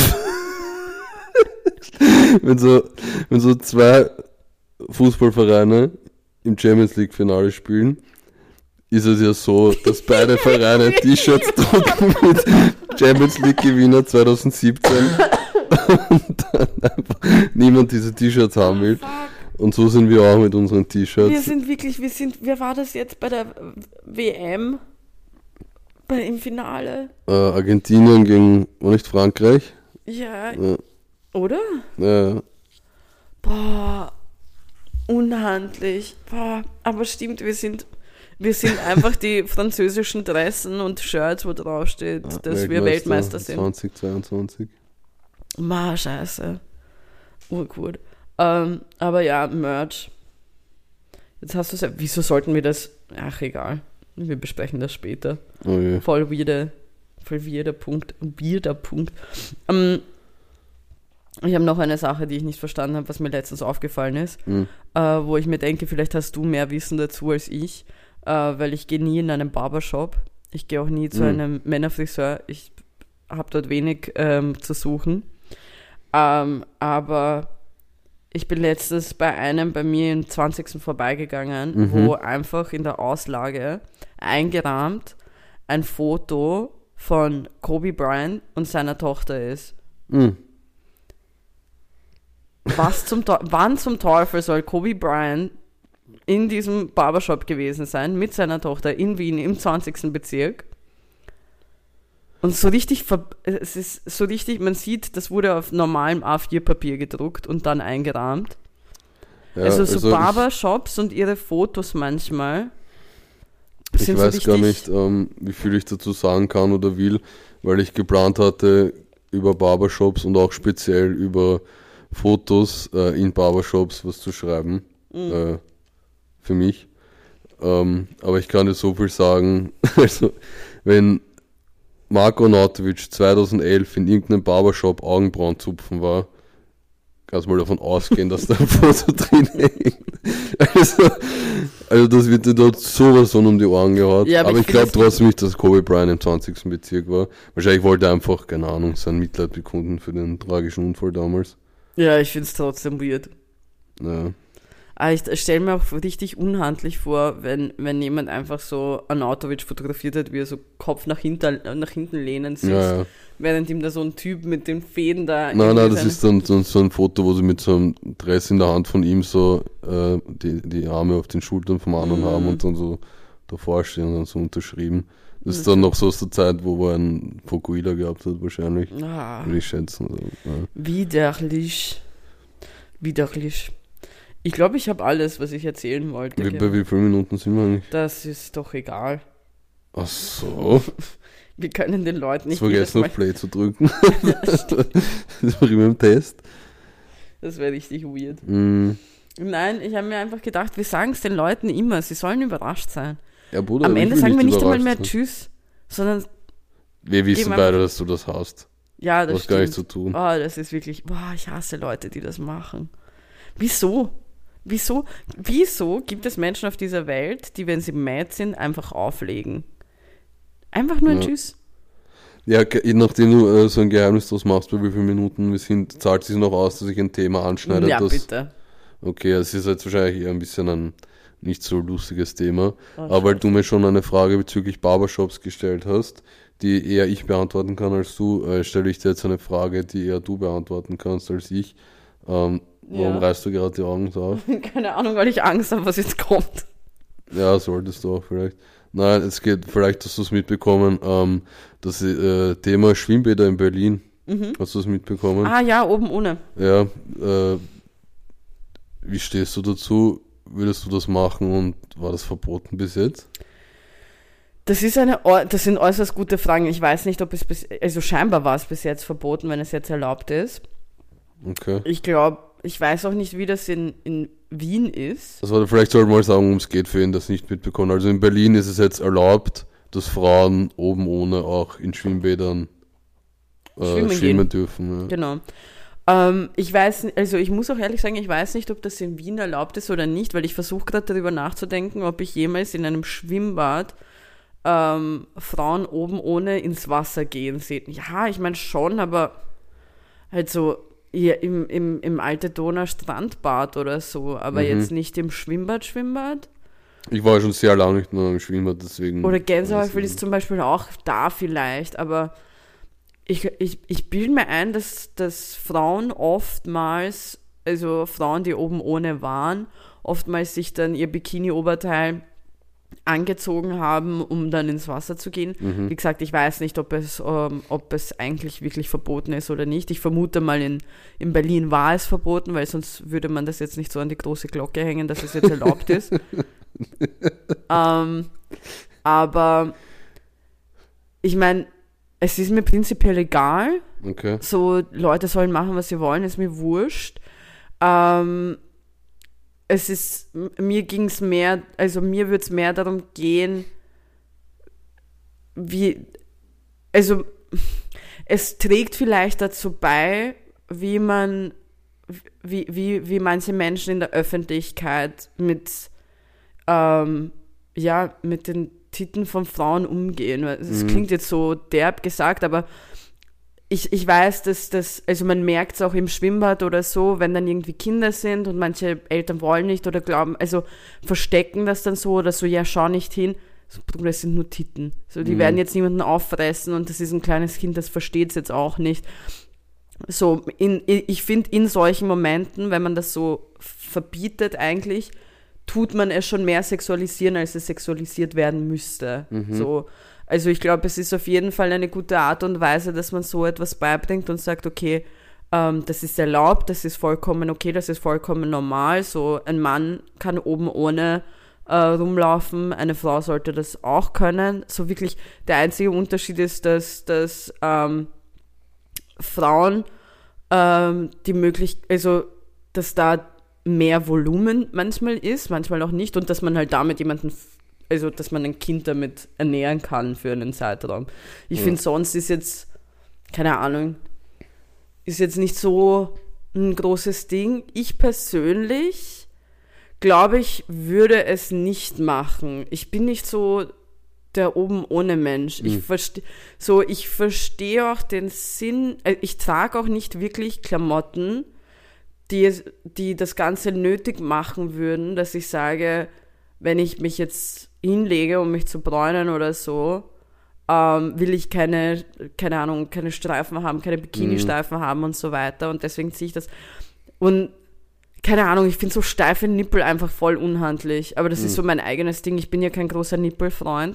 wenn so zwei Fußballvereine im Champions League Finale spielen, ist es ja so, dass beide Vereine T-Shirts drucken mit Champions League Gewinner 2017 und dann einfach niemand diese T-Shirts haben will. Und so sind wir auch mit unseren T-Shirts. Wer war das jetzt bei der WM? Im Finale? Argentinien gegen, war nicht Frankreich? Ja. Oder? Ja. Boah, unhandlich. Boah, aber stimmt, wir sind einfach die französischen Dressen und Shirts, wo drauf steht, dass wir Weltmeister sind. 2022. Scheiße. Urgut. Aber ja, Merch. Jetzt hast du es ja, wieso sollten wir das, ach egal, wir besprechen das später. Oh je. Voll weirder Punkt. Ich habe noch eine Sache, die ich nicht verstanden habe, was mir letztens aufgefallen ist, wo ich mir denke, vielleicht hast du mehr Wissen dazu als ich, weil ich gehe nie in einen Barbershop, ich gehe auch nie zu einem Männerfriseur, ich habe dort wenig zu suchen, aber ich bin letztens bei einem bei mir im 20. vorbeigegangen, wo einfach in der Auslage eingerahmt ein Foto von Kobe Bryant und seiner Tochter ist. Wann zum Teufel soll Kobe Bryant in diesem Barbershop gewesen sein, mit seiner Tochter in Wien im 20. Bezirk? Und so richtig, es ist so richtig, man sieht, das wurde auf normalem A4-Papier gedruckt und dann eingerahmt. Ja, also Barbershops und ihre Fotos manchmal. Ich weiß so gar nicht, wie viel ich dazu sagen kann oder will, weil ich geplant hatte, über Barbershops und auch speziell über Fotos in Barbershops was zu schreiben. Für mich. Aber ich kann dir so viel sagen, also wenn Marko Nautovic 2011 in irgendeinem Barbershop Augenbrauenzupfen war, kannst mal davon ausgehen, dass da ein Foto drin hängt. Also das wird dir dort sowas von um die Ohren gehauen. Ja, aber ich glaube trotzdem nicht, dass Kobe Bryant im 20. Bezirk war. Wahrscheinlich wollte er einfach, keine Ahnung, sein Mitleid bekunden für den tragischen Unfall damals. Ja, ich finde es trotzdem weird. Ja. Aber ich stelle mir auch richtig unhandlich vor, wenn jemand einfach so Arnautovic fotografiert hat, wie er so Kopf nach hinten lehnen sitzt, ja. Während ihm da so ein Typ mit den Fäden da... Nein, das ist dann so ein Foto, wo sie mit so einem Dress in der Hand von ihm so die Arme auf den Schultern vom anderen haben und dann so davor stehen und dann so unterschrieben. Das ist dann noch so aus der Zeit, wo er einen Fokuhila gehabt hat, wahrscheinlich. Würde ich schätzen. Also, ja. Widerlich. Ich glaube, ich habe alles, was ich erzählen wollte. Bei wie vielen Minuten sind wir eigentlich? Das ist doch egal. Ach so. Wir können den Leuten nicht... Vergessen auf Play zu drücken. Das war immer im Test. Das wäre richtig weird. Nein, ich habe mir einfach gedacht, wir sagen es den Leuten immer, sie sollen überrascht sein. Ja, Bruder, am Ende sagen wir nicht einmal mehr Tschüss, sondern... Wir wissen beide, dass du das hast. Ja, das stimmt. Gar nicht zu tun. Oh, das ist wirklich... Boah, ich hasse Leute, die das machen. Wieso gibt es Menschen auf dieser Welt, die, wenn sie mad sind, einfach auflegen? Einfach nur ein Tschüss. Ja, nachdem du so ein Geheimnis draus machst, bei wie vielen Minuten wir sind, zahlt es sich noch aus, dass ich ein Thema anschneide. Ja, bitte. Okay, es ist jetzt wahrscheinlich eher ein bisschen ein nicht so lustiges Thema. Aber weil du mir schon eine Frage bezüglich Barbershops gestellt hast, die eher ich beantworten kann als du, stelle ich dir jetzt eine Frage, die eher du beantworten kannst als ich. Warum reißt du gerade die Augen so auf? Keine Ahnung, weil ich Angst habe, was jetzt kommt. Ja, solltest du auch vielleicht. Nein, es geht, vielleicht hast du es mitbekommen, das Thema Schwimmbäder in Berlin. Hast du es mitbekommen? Ah ja, oben ohne. Ja, wie stehst du dazu? Würdest du das machen und war das verboten bis jetzt? Das sind äußerst gute Fragen. Ich weiß nicht, ob also scheinbar war es bis jetzt verboten, wenn es jetzt erlaubt ist. Okay. Ich weiß auch nicht, wie das in Wien ist. Also vielleicht sollte man mal sagen, worum es geht für ihn, das nicht mitbekommen. Also in Berlin ist es jetzt erlaubt, dass Frauen oben ohne auch in Schwimmbädern schwimmen dürfen. Ja. Genau. Ich weiß, also ich muss auch ehrlich sagen, ich weiß nicht, ob das in Wien erlaubt ist oder nicht, weil ich versuche gerade darüber nachzudenken, ob ich jemals in einem Schwimmbad Frauen oben ohne ins Wasser gehen sehe. Ja, ich meine schon, aber halt so hier im Alte Donau Strandbad oder so, aber jetzt nicht im Schwimmbad. Ich war schon sehr lange nicht mehr im Schwimmbad, deswegen... Oder Gänsehautfeld ist zum Beispiel auch da vielleicht, aber ich bilde mir ein, dass Frauen oftmals, also Frauen, die oben ohne waren, oftmals sich dann ihr Bikini-Oberteil angezogen haben, um dann ins Wasser zu gehen. Wie gesagt, ich weiß nicht, ob es eigentlich wirklich verboten ist oder nicht. Ich vermute mal, in Berlin war es verboten, weil sonst würde man das jetzt nicht so an die große Glocke hängen, dass es jetzt erlaubt ist. Aber ich meine, es ist mir prinzipiell egal. Okay. So, Leute sollen machen, was sie wollen, ist mir wurscht. Mir würde es mehr darum gehen, es trägt vielleicht dazu bei, wie manche Menschen in der Öffentlichkeit mit den Titten von Frauen umgehen. Das klingt jetzt so derb gesagt, aber ich weiß, dass also man merkt es auch im Schwimmbad oder so, wenn dann irgendwie Kinder sind und manche Eltern wollen nicht oder glauben, also verstecken das dann so oder so, ja, schau nicht hin. So, das sind nur Titten. So, die werden jetzt niemanden auffressen und das ist ein kleines Kind, das versteht es jetzt auch nicht. So, ich finde, in solchen Momenten, wenn man das so verbietet eigentlich, tut man es schon mehr sexualisieren, als es sexualisiert werden müsste. So. Also ich glaube, es ist auf jeden Fall eine gute Art und Weise, dass man so etwas beibringt und sagt, okay, das ist erlaubt, das ist vollkommen okay, das ist vollkommen normal. So ein Mann kann oben ohne rumlaufen, eine Frau sollte das auch können. So wirklich der einzige Unterschied ist, dass Frauen dass da mehr Volumen manchmal ist, manchmal auch nicht und dass man halt damit dass man ein Kind damit ernähren kann für einen Zeitraum. Ich finde, sonst ist jetzt, keine Ahnung, ist jetzt nicht so ein großes Ding. Ich persönlich glaube, ich würde es nicht machen. Ich bin nicht so der oben ohne Mensch. Ich verstehe auch den Sinn, ich trage auch nicht wirklich Klamotten, die das Ganze nötig machen würden, dass ich sage, wenn ich mich jetzt hinlege, um mich zu bräunen oder so, will ich keine Streifen haben, keine Bikini-Streifen haben und so weiter. Und deswegen ziehe ich das. Und keine Ahnung, ich finde so steife Nippel einfach voll unhandlich. Aber das ist so mein eigenes Ding. Ich bin ja kein großer Nippelfreund.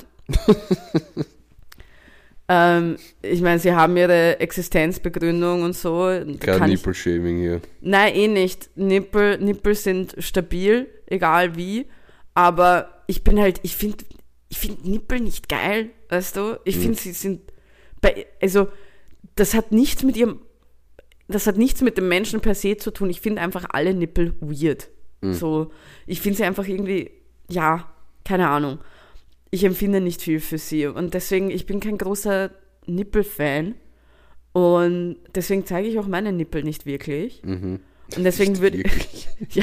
Ich meine, sie haben ihre Existenzbegründung und so. Kein Nippelshaming hier. Nein, eh nicht. Nippel sind stabil, egal wie. Aber ich finde Nippel nicht geil, weißt du? Ich finde, sie sind das hat nichts mit dem Menschen per se zu tun. Ich finde einfach alle Nippel weird. So, ich finde sie einfach irgendwie, ja, keine Ahnung. Ich empfinde nicht viel für sie. Und deswegen, ich bin kein großer Nippel-Fan. Und deswegen zeige ich auch meine Nippel nicht wirklich. Und deswegen würde ich. Ja.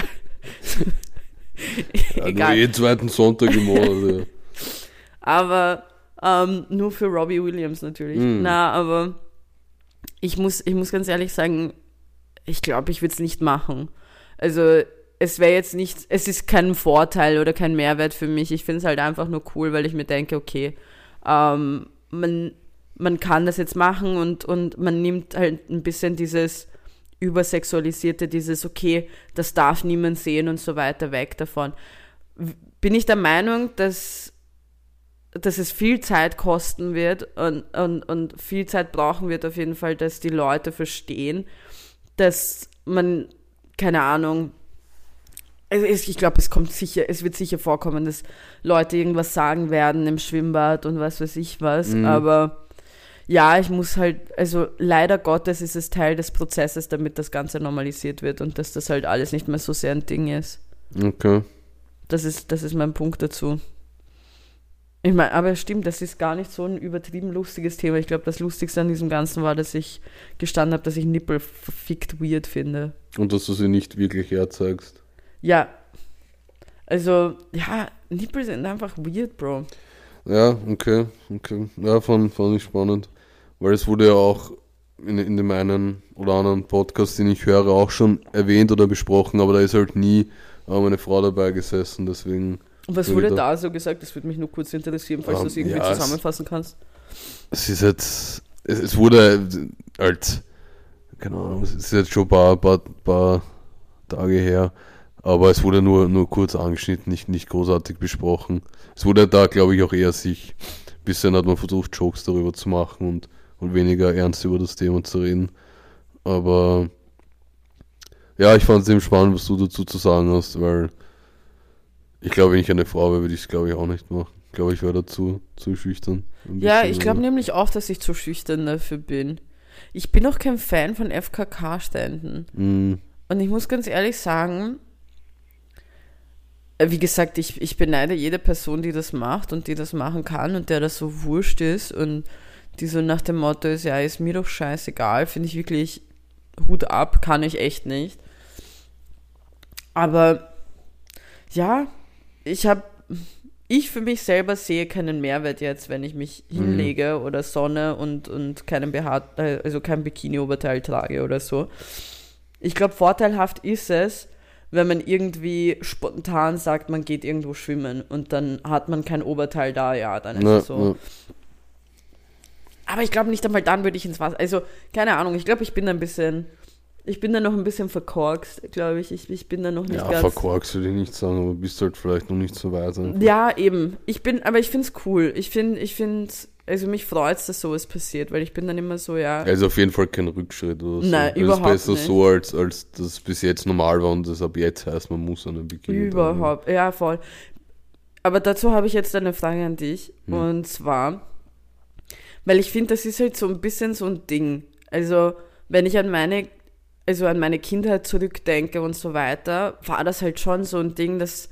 Egal. Nur jeden zweiten Sonntag im Monat. Ja. Aber nur für Robbie Williams natürlich. Na, aber ich muss ganz ehrlich sagen, ich glaube, ich würde es nicht machen. Also es wäre jetzt nicht, es ist kein Vorteil oder kein Mehrwert für mich. Ich finde es halt einfach nur cool, weil ich mir denke, okay, man kann das jetzt machen und man nimmt halt ein bisschen dieses übersexualisierte, dieses, okay, das darf niemand sehen und so weiter, weg davon. Bin ich der Meinung, dass es viel Zeit kosten wird und viel Zeit brauchen wird auf jeden Fall, dass die Leute verstehen, dass man, keine Ahnung, also ich glaube, es wird sicher vorkommen, dass Leute irgendwas sagen werden im Schwimmbad und was weiß ich was, aber ja, ich muss halt, also leider Gottes ist es Teil des Prozesses, damit das Ganze normalisiert wird und dass das halt alles nicht mehr so sehr ein Ding ist. Okay. Das ist mein Punkt dazu. Ich meine, aber stimmt, das ist gar nicht so ein übertrieben lustiges Thema. Ich glaube, das Lustigste an diesem Ganzen war, dass ich gestanden habe, dass ich Nippel verfickt weird finde. Und dass du sie nicht wirklich herzeigst. Ja. Also, ja, Nippel sind einfach weird, Bro. Ja, okay. Ja, fand ich spannend. Weil es wurde ja auch in dem einen oder anderen Podcast, den ich höre, auch schon erwähnt oder besprochen, aber da ist halt nie meine Frau dabei gesessen, deswegen... Und was wurde da so gesagt? Das würde mich nur kurz interessieren, falls du es irgendwie zusammenfassen kannst. Es ist jetzt... Es wurde halt... Keine Ahnung, es ist jetzt schon ein paar Tage her, aber es wurde nur kurz angeschnitten, nicht großartig besprochen. Es wurde da, glaube ich, auch eher bisschen hat man versucht, Jokes darüber zu machen und weniger ernst über das Thema zu reden. Aber ja, ich fand es eben spannend, was du dazu zu sagen hast, weil ich glaube, wenn ich eine Frau wäre, würde ich es, glaube ich, auch nicht machen. Ich glaube, ich wäre dazu zu schüchtern. Ja, ich glaube nämlich auch, dass ich zu schüchtern dafür bin. Ich bin auch kein Fan von FKK-Ständen. Und ich muss ganz ehrlich sagen, wie gesagt, ich beneide jede Person, die das macht und die das machen kann und der das so wurscht ist und die so nach dem Motto ist, ja, ist mir doch scheißegal, finde ich wirklich Hut ab, kann ich echt nicht. Aber ja, ich für mich selber sehe keinen Mehrwert jetzt, wenn ich mich hinlege oder Sonne und kein Bikini-Oberteil trage oder so. Ich glaube, vorteilhaft ist es, wenn man irgendwie spontan sagt, man geht irgendwo schwimmen und dann hat man kein Oberteil da, ja, dann ist es so. Ja. Aber ich glaube, nicht einmal dann würde ich ins Wasser, also, keine Ahnung, ich glaube, ich bin da noch ein bisschen verkorkst, glaube ich. Ich bin da noch nicht ganz... Ja, verkorkst würde ich nicht sagen, aber bist halt vielleicht noch nicht so weit. Einfach. Ja, eben. Aber ich finde es cool. Ich finde, also mich freut es, dass sowas passiert, weil ich bin dann immer so, ja... Also auf jeden Fall kein Rückschritt oder so. Nein, überhaupt nicht. Es ist besser so, als dass es bis jetzt normal war und das ab jetzt heißt, man muss eine Bikini Überhaupt, ja, voll. Aber dazu habe ich jetzt eine Frage an dich. Und zwar, weil ich finde, das ist halt so ein bisschen so ein Ding. Also, wenn ich an meine Kindheit zurückdenke und so weiter, war das halt schon so ein Ding, dass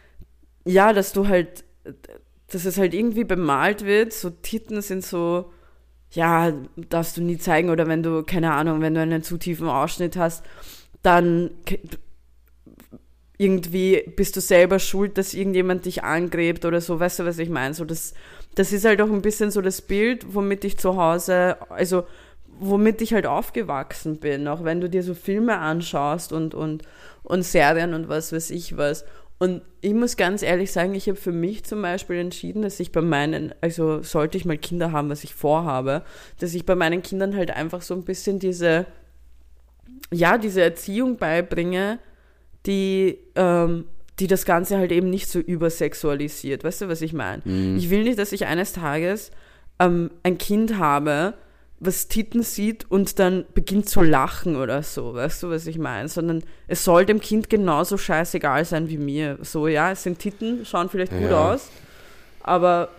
es halt irgendwie bemalt wird, so Titten sind so, ja, darfst du nie zeigen oder wenn du, keine Ahnung, wenn du einen zu tiefen Ausschnitt hast, dann irgendwie bist du selber schuld, dass irgendjemand dich angrebt oder so, weißt du, was ich meine? So, das ist halt auch ein bisschen so das Bild, womit ich zu Hause, also womit ich halt aufgewachsen bin, auch wenn du dir so Filme anschaust und Serien und was weiß ich was. Und ich muss ganz ehrlich sagen, ich habe für mich zum Beispiel entschieden, dass ich bei meinen, also sollte ich mal Kinder haben, was ich vorhabe, dass ich bei meinen Kindern halt einfach so ein bisschen diese Erziehung beibringe, die das Ganze halt eben nicht so übersexualisiert. Weißt du, was ich meine? Ich will nicht, dass ich eines Tages ein Kind habe, was Titten sieht und dann beginnt zu lachen oder so. Weißt du, was ich meine? Sondern es soll dem Kind genauso scheißegal sein wie mir. So, ja, es sind Titten, schauen vielleicht gut aus, aber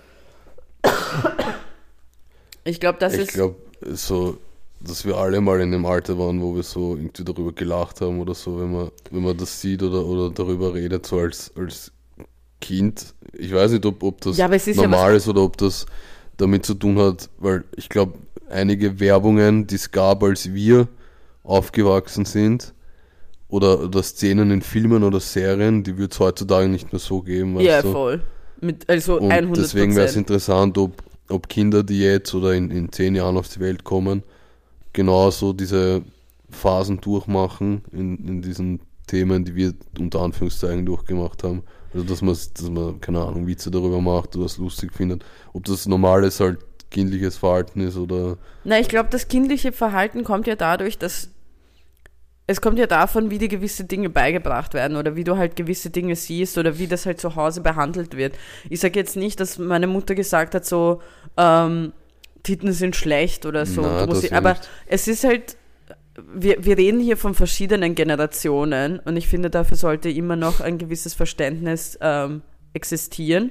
ich glaube, so, dass wir alle mal in dem Alter waren, wo wir so irgendwie darüber gelacht haben oder so, wenn man das sieht oder darüber redet, so als Kind. Ich weiß nicht, ob das normal ist oder ob das damit zu tun hat, weil ich glaube, einige Werbungen, die es gab, als wir aufgewachsen sind, oder Szenen in Filmen oder Serien, die wird es heutzutage nicht mehr so geben. Ja, voll. Also und 100%. Deswegen wäre es interessant, ob Kinder, die jetzt oder in 10 Jahren auf die Welt kommen, genauso diese Phasen durchmachen in diesen Themen, die wir unter Anführungszeichen durchgemacht haben. Also dass man keine Ahnung, Witze darüber macht oder es lustig findet. Ob das normales halt kindliches Verhalten ist oder... Na, ich glaube, das kindliche Verhalten kommt ja dadurch, dass es kommt ja davon, wie dir gewisse Dinge beigebracht werden oder wie du halt gewisse Dinge siehst oder wie das halt zu Hause behandelt wird. Ich sage jetzt nicht, dass meine Mutter gesagt hat, so Titten sind schlecht oder so. Na, aber es ist halt, wir reden hier von verschiedenen Generationen und ich finde, dafür sollte immer noch ein gewisses Verständnis existieren.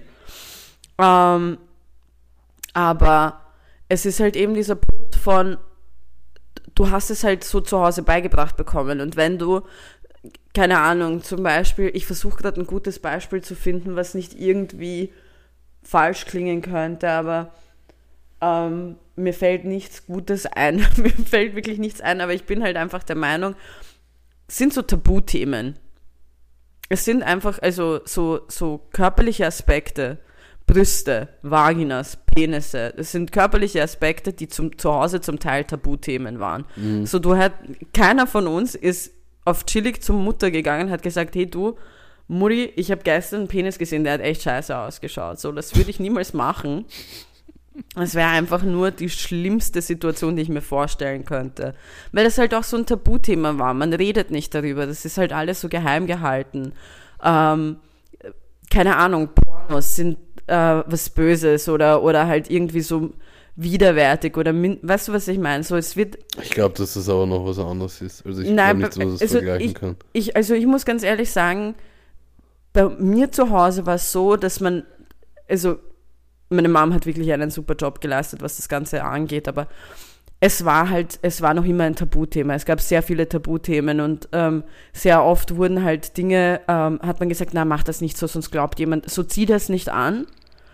Aber es ist halt eben dieser Punkt von, du hast es halt so zu Hause beigebracht bekommen und wenn du, keine Ahnung, zum Beispiel, ich versuche gerade ein gutes Beispiel zu finden, was nicht irgendwie falsch klingen könnte, aber mir fällt nichts Gutes ein, mir fällt wirklich nichts ein, aber ich bin halt einfach der Meinung, es sind so Tabuthemen. Es sind einfach, also so körperliche Aspekte, Brüste, Vaginas, Penisse, das sind körperliche Aspekte, die zu Hause zum Teil Tabuthemen waren. So, keiner von uns ist auf chillig zur Mutter gegangen, hat gesagt, hey du, Mutti, ich habe gestern einen Penis gesehen, der hat echt scheiße ausgeschaut. So, das würde ich niemals machen. Es wäre einfach nur die schlimmste Situation, die ich mir vorstellen könnte. Weil das halt auch so ein Tabuthema war. Man redet nicht darüber. Das ist halt alles so geheim gehalten. Keine Ahnung, Pornos sind was Böses oder halt irgendwie so widerwärtig oder weißt du, was ich meine? So, es wird. Ich glaube, dass das aber noch was anderes ist. Also ich glaube nicht, dass man das vergleichen kann. Ich muss ganz ehrlich sagen, bei mir zu Hause war es so, dass meine Mom hat wirklich einen super Job geleistet, was das Ganze angeht, aber es war noch immer ein Tabuthema. Es gab sehr viele Tabuthemen und sehr oft wurden halt Dinge, hat man gesagt, na, mach das nicht so, sonst glaubt jemand, so zieh das nicht an,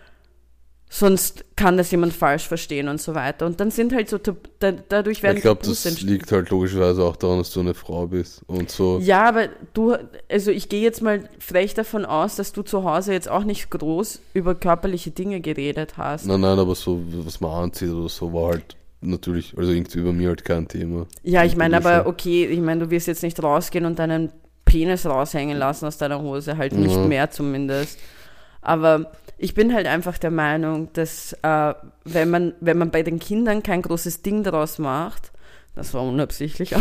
sonst kann das jemand falsch verstehen und so weiter. Und dann sind halt so, dadurch werden ich glaube, das liegt halt logischerweise auch daran, dass du eine Frau bist und so. Ja, aber ich gehe jetzt mal frech davon aus, dass du zu Hause jetzt auch nicht groß über körperliche Dinge geredet hast. Nein, aber so, was man anzieht oder so, war halt natürlich, also irgendwie bei mir halt kein Thema. Ja, ich meine, aber okay, du wirst jetzt nicht rausgehen und deinen Penis raushängen lassen aus deiner Hose, halt nicht mehr zumindest. Aber ich bin halt einfach der Meinung, dass wenn man bei den Kindern kein großes Ding daraus macht, das war unabsichtlich,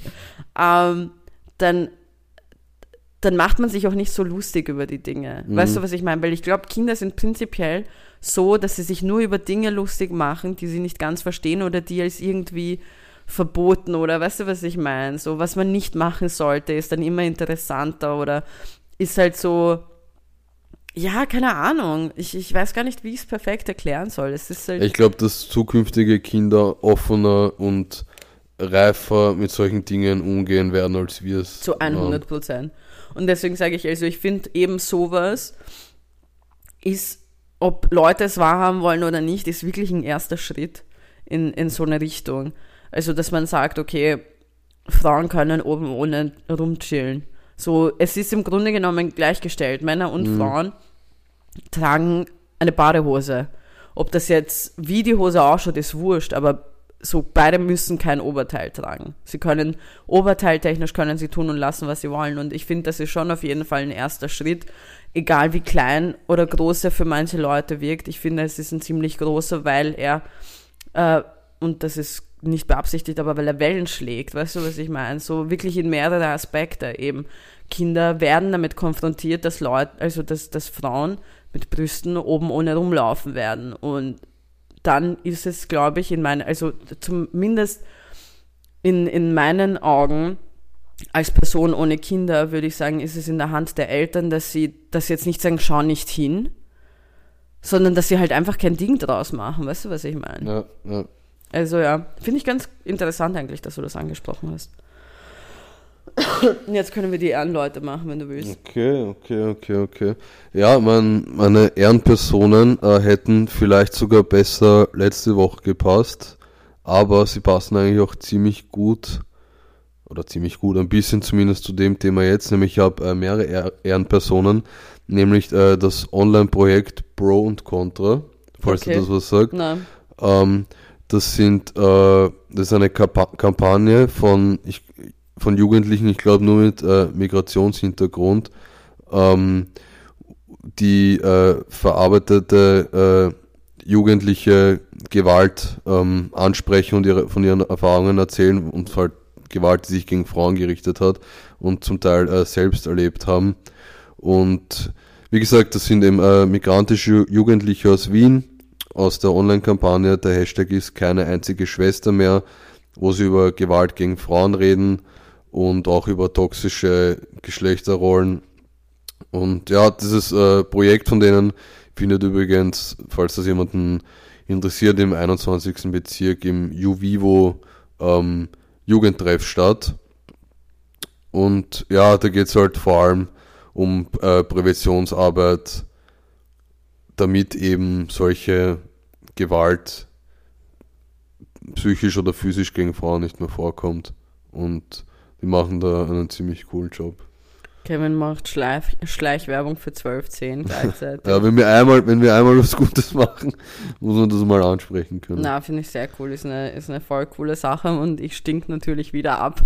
dann macht man sich auch nicht so lustig über die Dinge. Weißt du, was ich meine? Weil ich glaube, Kinder sind prinzipiell so, dass sie sich nur über Dinge lustig machen, die sie nicht ganz verstehen oder die als irgendwie verboten oder weißt du, was ich meine? So, was man nicht machen sollte, ist dann immer interessanter oder ist halt so, ja, keine Ahnung. Ich weiß gar nicht, wie ich es perfekt erklären soll. Es ist halt, ich glaube, dass zukünftige Kinder offener und reifer mit solchen Dingen umgehen werden, als wir es zu 100%. Und deswegen sage ich, also ich finde eben sowas ist, ob Leute es wahrhaben wollen oder nicht, ist wirklich ein erster Schritt in so eine Richtung. Also, dass man sagt, okay, Frauen können oben ohne rumchillen. So, es ist im Grunde genommen gleichgestellt. Männer und Frauen tragen eine Badehose. Ob das jetzt, wie die Hose ausschaut, ist wurscht, aber so beide müssen kein Oberteil tragen. Sie können, oberteiltechnisch können sie tun und lassen, was sie wollen. Und ich finde, das ist schon auf jeden Fall ein erster Schritt, egal wie klein oder groß er für manche Leute wirkt. Ich finde, es ist ein ziemlich großer, weil er, und das ist nicht beabsichtigt, aber weil er Wellen schlägt, weißt du, was ich meine? So wirklich in mehrere Aspekte eben. Kinder werden damit konfrontiert, dass dass Frauen mit Brüsten oben ohne rumlaufen werden. Und dann ist es, glaube ich, zumindest in meinen Augen, als Person ohne Kinder, würde ich sagen, ist es in der Hand der Eltern, dass sie das jetzt nicht sagen, schau nicht hin, sondern dass sie halt einfach kein Ding draus machen. Weißt du, was ich meine? Ja. Also ja, finde ich ganz interessant eigentlich, dass du das angesprochen hast. Und jetzt können wir die Ehrenleute machen, wenn du willst. Okay. Ja, meine Ehrenpersonen hätten vielleicht sogar besser letzte Woche gepasst, aber sie passen eigentlich auch ziemlich gut, ein bisschen zumindest zu dem Thema jetzt, nämlich ich habe mehrere Ehrenpersonen, nämlich das Online-Projekt Pro und Contra, falls du das was sagst. Nein. Das ist eine Kampagne von Jugendlichen, ich glaube nur mit Migrationshintergrund, die verarbeitete jugendliche Gewalt ansprechen und von ihren Erfahrungen erzählen und halt Gewalt, die sich gegen Frauen gerichtet hat und zum Teil selbst erlebt haben. Und wie gesagt, das sind eben migrantische Jugendliche aus Wien, aus der Online-Kampagne. Der Hashtag ist keine einzige Schwester mehr, wo sie über Gewalt gegen Frauen reden und auch über toxische Geschlechterrollen. Und ja, dieses Projekt von denen findet übrigens, falls das jemanden interessiert, im 21. Bezirk im Juvivo Jugendtreff statt. Und ja, da geht es halt vor allem um Präventionsarbeit, damit eben solche Gewalt psychisch oder physisch gegen Frauen nicht mehr vorkommt. Und die machen da einen ziemlich coolen Job. Kevin macht Schleichwerbung für 1210 gleichzeitig. Ja, wenn wir einmal was Gutes machen, muss man das mal ansprechen können. Na, finde ich sehr cool. Ist eine voll coole Sache und ich stink natürlich wieder ab.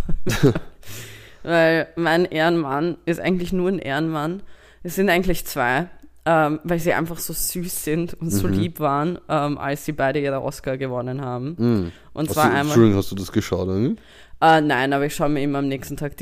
Weil mein Ehrenmann ist eigentlich nur ein Ehrenmann. Es sind eigentlich zwei, weil sie einfach so süß sind und so lieb waren, als sie beide ihre Oscar gewonnen haben. Und zwar einmal. Entschuldigung, hast du das geschaut eigentlich? Nein, aber ich schaue mir immer am nächsten Tag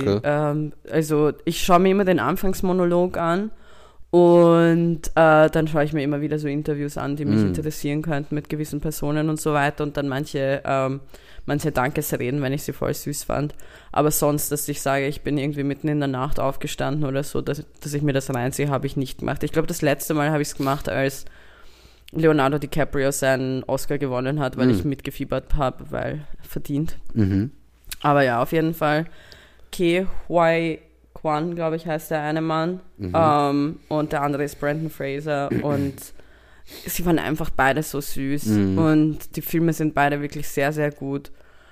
also ich schaue mir immer den Anfangsmonolog an und dann schaue ich mir immer wieder so Interviews an, die mich interessieren könnten mit gewissen Personen und so weiter und dann manche Dankesreden, wenn ich sie voll süß fand. Aber sonst, dass ich sage, ich bin irgendwie mitten in der Nacht aufgestanden oder so, dass ich mir das reinziehe, habe ich nicht gemacht. Ich glaube, das letzte Mal habe ich es gemacht, als Leonardo DiCaprio seinen Oscar gewonnen hat, weil ich mitgefiebert habe, weil verdient. Aber ja, auf jeden Fall Ke Huy Quan, glaube ich, heißt der eine Mann. Und der andere ist Brendan Fraser. Und sie waren einfach beide so süß. Und die Filme sind beide wirklich sehr, sehr gut.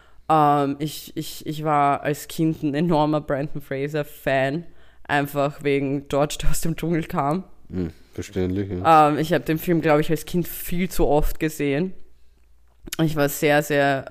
Ich war als Kind ein enormer Brendan Fraser-Fan. Einfach wegen George, der aus dem Dschungel kam. Verständlich, ja. Ich habe den Film, glaube ich, als Kind viel zu oft gesehen. Ich war sehr,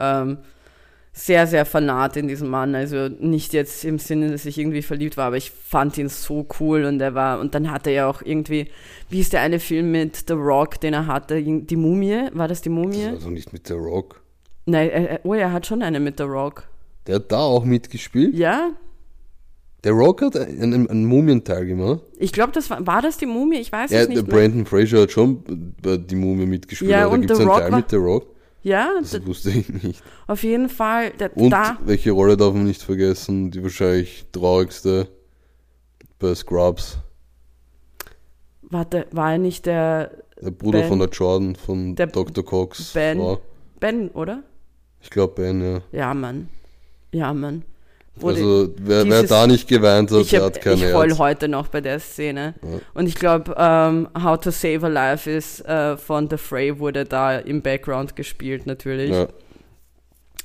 sehr fanat in diesem Mann, also nicht jetzt im Sinne, dass ich irgendwie verliebt war, aber ich fand ihn so cool und dann hatte er ja auch irgendwie, wie ist der eine Film mit The Rock, den er hatte, die Mumie, war das die Mumie? Das war also nicht mit The Rock. Nein, er hat schon eine mit The Rock. Der hat da auch mitgespielt? Ja. Der Rock hat einen Mumienteil gemacht? Ich glaube, war das die Mumie? Ich weiß es nicht mehr. Brendan Fraser hat schon bei die Mumie mitgespielt, ja, aber da gibt es einen Teil mit The Rock. Ja, das wusste ich nicht. Auf jeden Fall. Welche Rolle darf man nicht vergessen? Die wahrscheinlich traurigste bei Scrubs. Warte, war er nicht der Bruder von der Jordan, von Dr. Cox? Ben, oder? Ich glaube Ben, ja. Ja, Mann. Also wer da nicht geweint hat, der hat keine Herz. Ich heul heute noch bei der Szene. Ja. Und ich glaube, How to Save a Life ist von The Fray, wurde da im Background gespielt natürlich. Ja.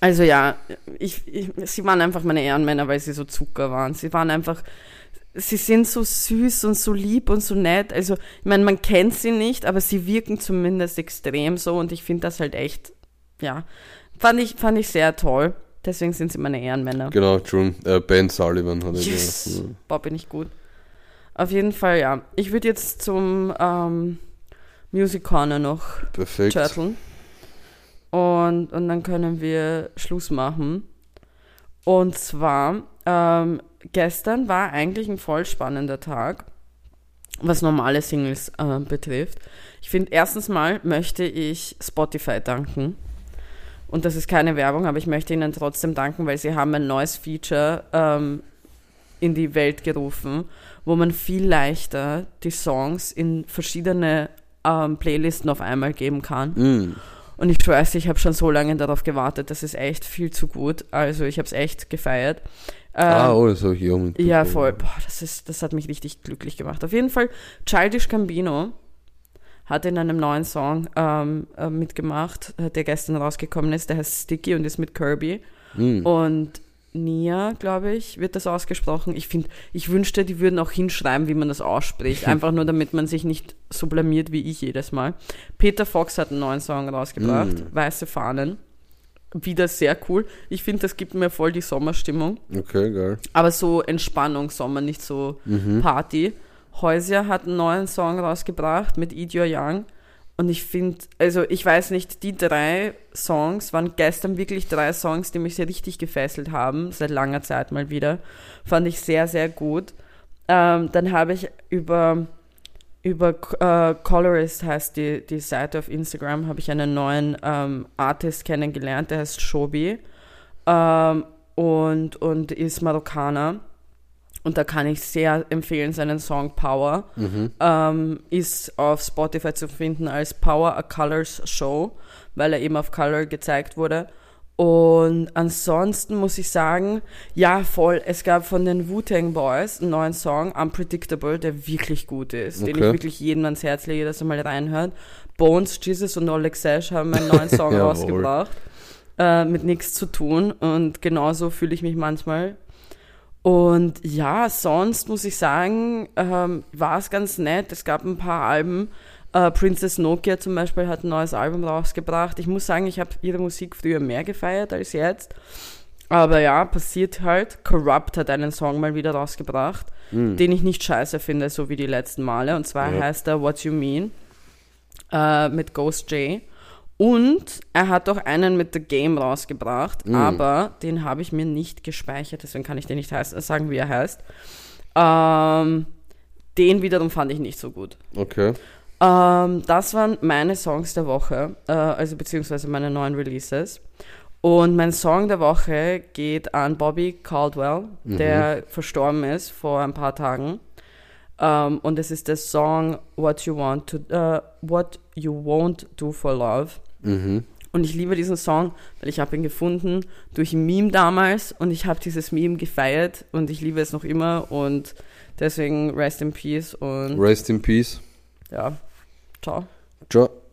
Also ja, sie waren einfach meine Ehrenmänner, weil sie so Zucker waren. Sie sind so süß und so lieb und so nett. Also, ich meine, man kennt sie nicht, aber sie wirken zumindest extrem so und ich finde das halt echt, ja, fand ich sehr toll. Deswegen sind sie meine Ehrenmänner. Genau, true. Ben Sullivan hat yes. Ja. Boah, bin ich gut. Auf jeden Fall, ja. Ich würde jetzt zum Music Corner noch turteln. Und dann können wir Schluss machen. Und zwar, gestern war eigentlich ein voll spannender Tag, was normale Singles betrifft. Ich finde, erstens mal möchte ich Spotify danken. Und das ist keine Werbung, aber ich möchte ihnen trotzdem danken, weil sie haben ein neues Feature in die Welt gerufen, wo man viel leichter die Songs in verschiedene Playlisten auf einmal geben kann. Mm. Und ich weiß, ich habe schon so lange darauf gewartet, das ist echt viel zu gut. Also ich habe es echt gefeiert. Das habe ich auch mitbekommen. Ja, voll. Boah, das hat mich richtig glücklich gemacht. Auf jeden Fall, Childish Gambino hat in einem neuen Song mitgemacht, der gestern rausgekommen ist. Der heißt Sticky und ist mit Kirby. Mm. Und Nia, glaube ich, wird das ausgesprochen. Ich wünschte, die würden auch hinschreiben, wie man das ausspricht. Einfach nur, damit man sich nicht so blamiert wie ich jedes Mal. Peter Fox hat einen neuen Song rausgebracht, Weiße Fahnen. Wieder sehr cool. Ich finde, das gibt mir voll die Sommerstimmung. Okay, geil. Aber so Entspannung, Sommer, nicht so Party. Heusier hat einen neuen Song rausgebracht mit Eat Your Young. Und ich finde, also ich weiß nicht, die 3 Songs waren gestern wirklich 3 Songs, die mich sehr richtig gefesselt haben, seit langer Zeit mal wieder. Fand ich sehr, sehr gut. Dann habe ich über Colorist, heißt die Seite auf Instagram, habe ich einen neuen Artist kennengelernt, der heißt Shobi und ist Marokkaner. Und da kann ich sehr empfehlen, seinen Song Power. Ist auf Spotify zu finden als Power a Colors Show, weil er eben auf Color gezeigt wurde. Und ansonsten muss ich sagen, ja voll, es gab von den Wu-Tang Boys einen neuen Song, Unpredictable, der wirklich gut ist, den ich wirklich jedem ans Herz lege, dass er mal reinhört. Bones, Jesus und Oleg Sesh haben einen neuen Song rausgebracht, mit nichts zu tun und genauso fühle ich mich manchmal. Und ja, sonst muss ich sagen, war es ganz nett. Es gab ein paar Alben. Princess Nokia zum Beispiel hat ein neues Album rausgebracht. Ich muss sagen, ich habe ihre Musik früher mehr gefeiert als jetzt. Aber ja, passiert halt. Corrupt hat einen Song mal wieder rausgebracht, den ich nicht scheiße finde, so wie die letzten Male. Und zwar heißt er What You Mean mit Ghost J. Und er hat auch einen mit The Game rausgebracht, aber den habe ich mir nicht gespeichert, deswegen kann ich den nicht sagen, wie er heißt. Den wiederum fand ich nicht so gut. Okay. Das waren meine Songs der Woche, also beziehungsweise meine neuen Releases. Und mein Song der Woche geht an Bobby Caldwell, der verstorben ist vor ein paar Tagen. Und es ist der Song What You Won't Do for Love. Und ich liebe diesen Song, weil ich habe ihn gefunden durch ein Meme damals und ich habe dieses Meme gefeiert und ich liebe es noch immer und deswegen Rest in Peace. Und Rest in Peace. Ja, ciao. Ciao.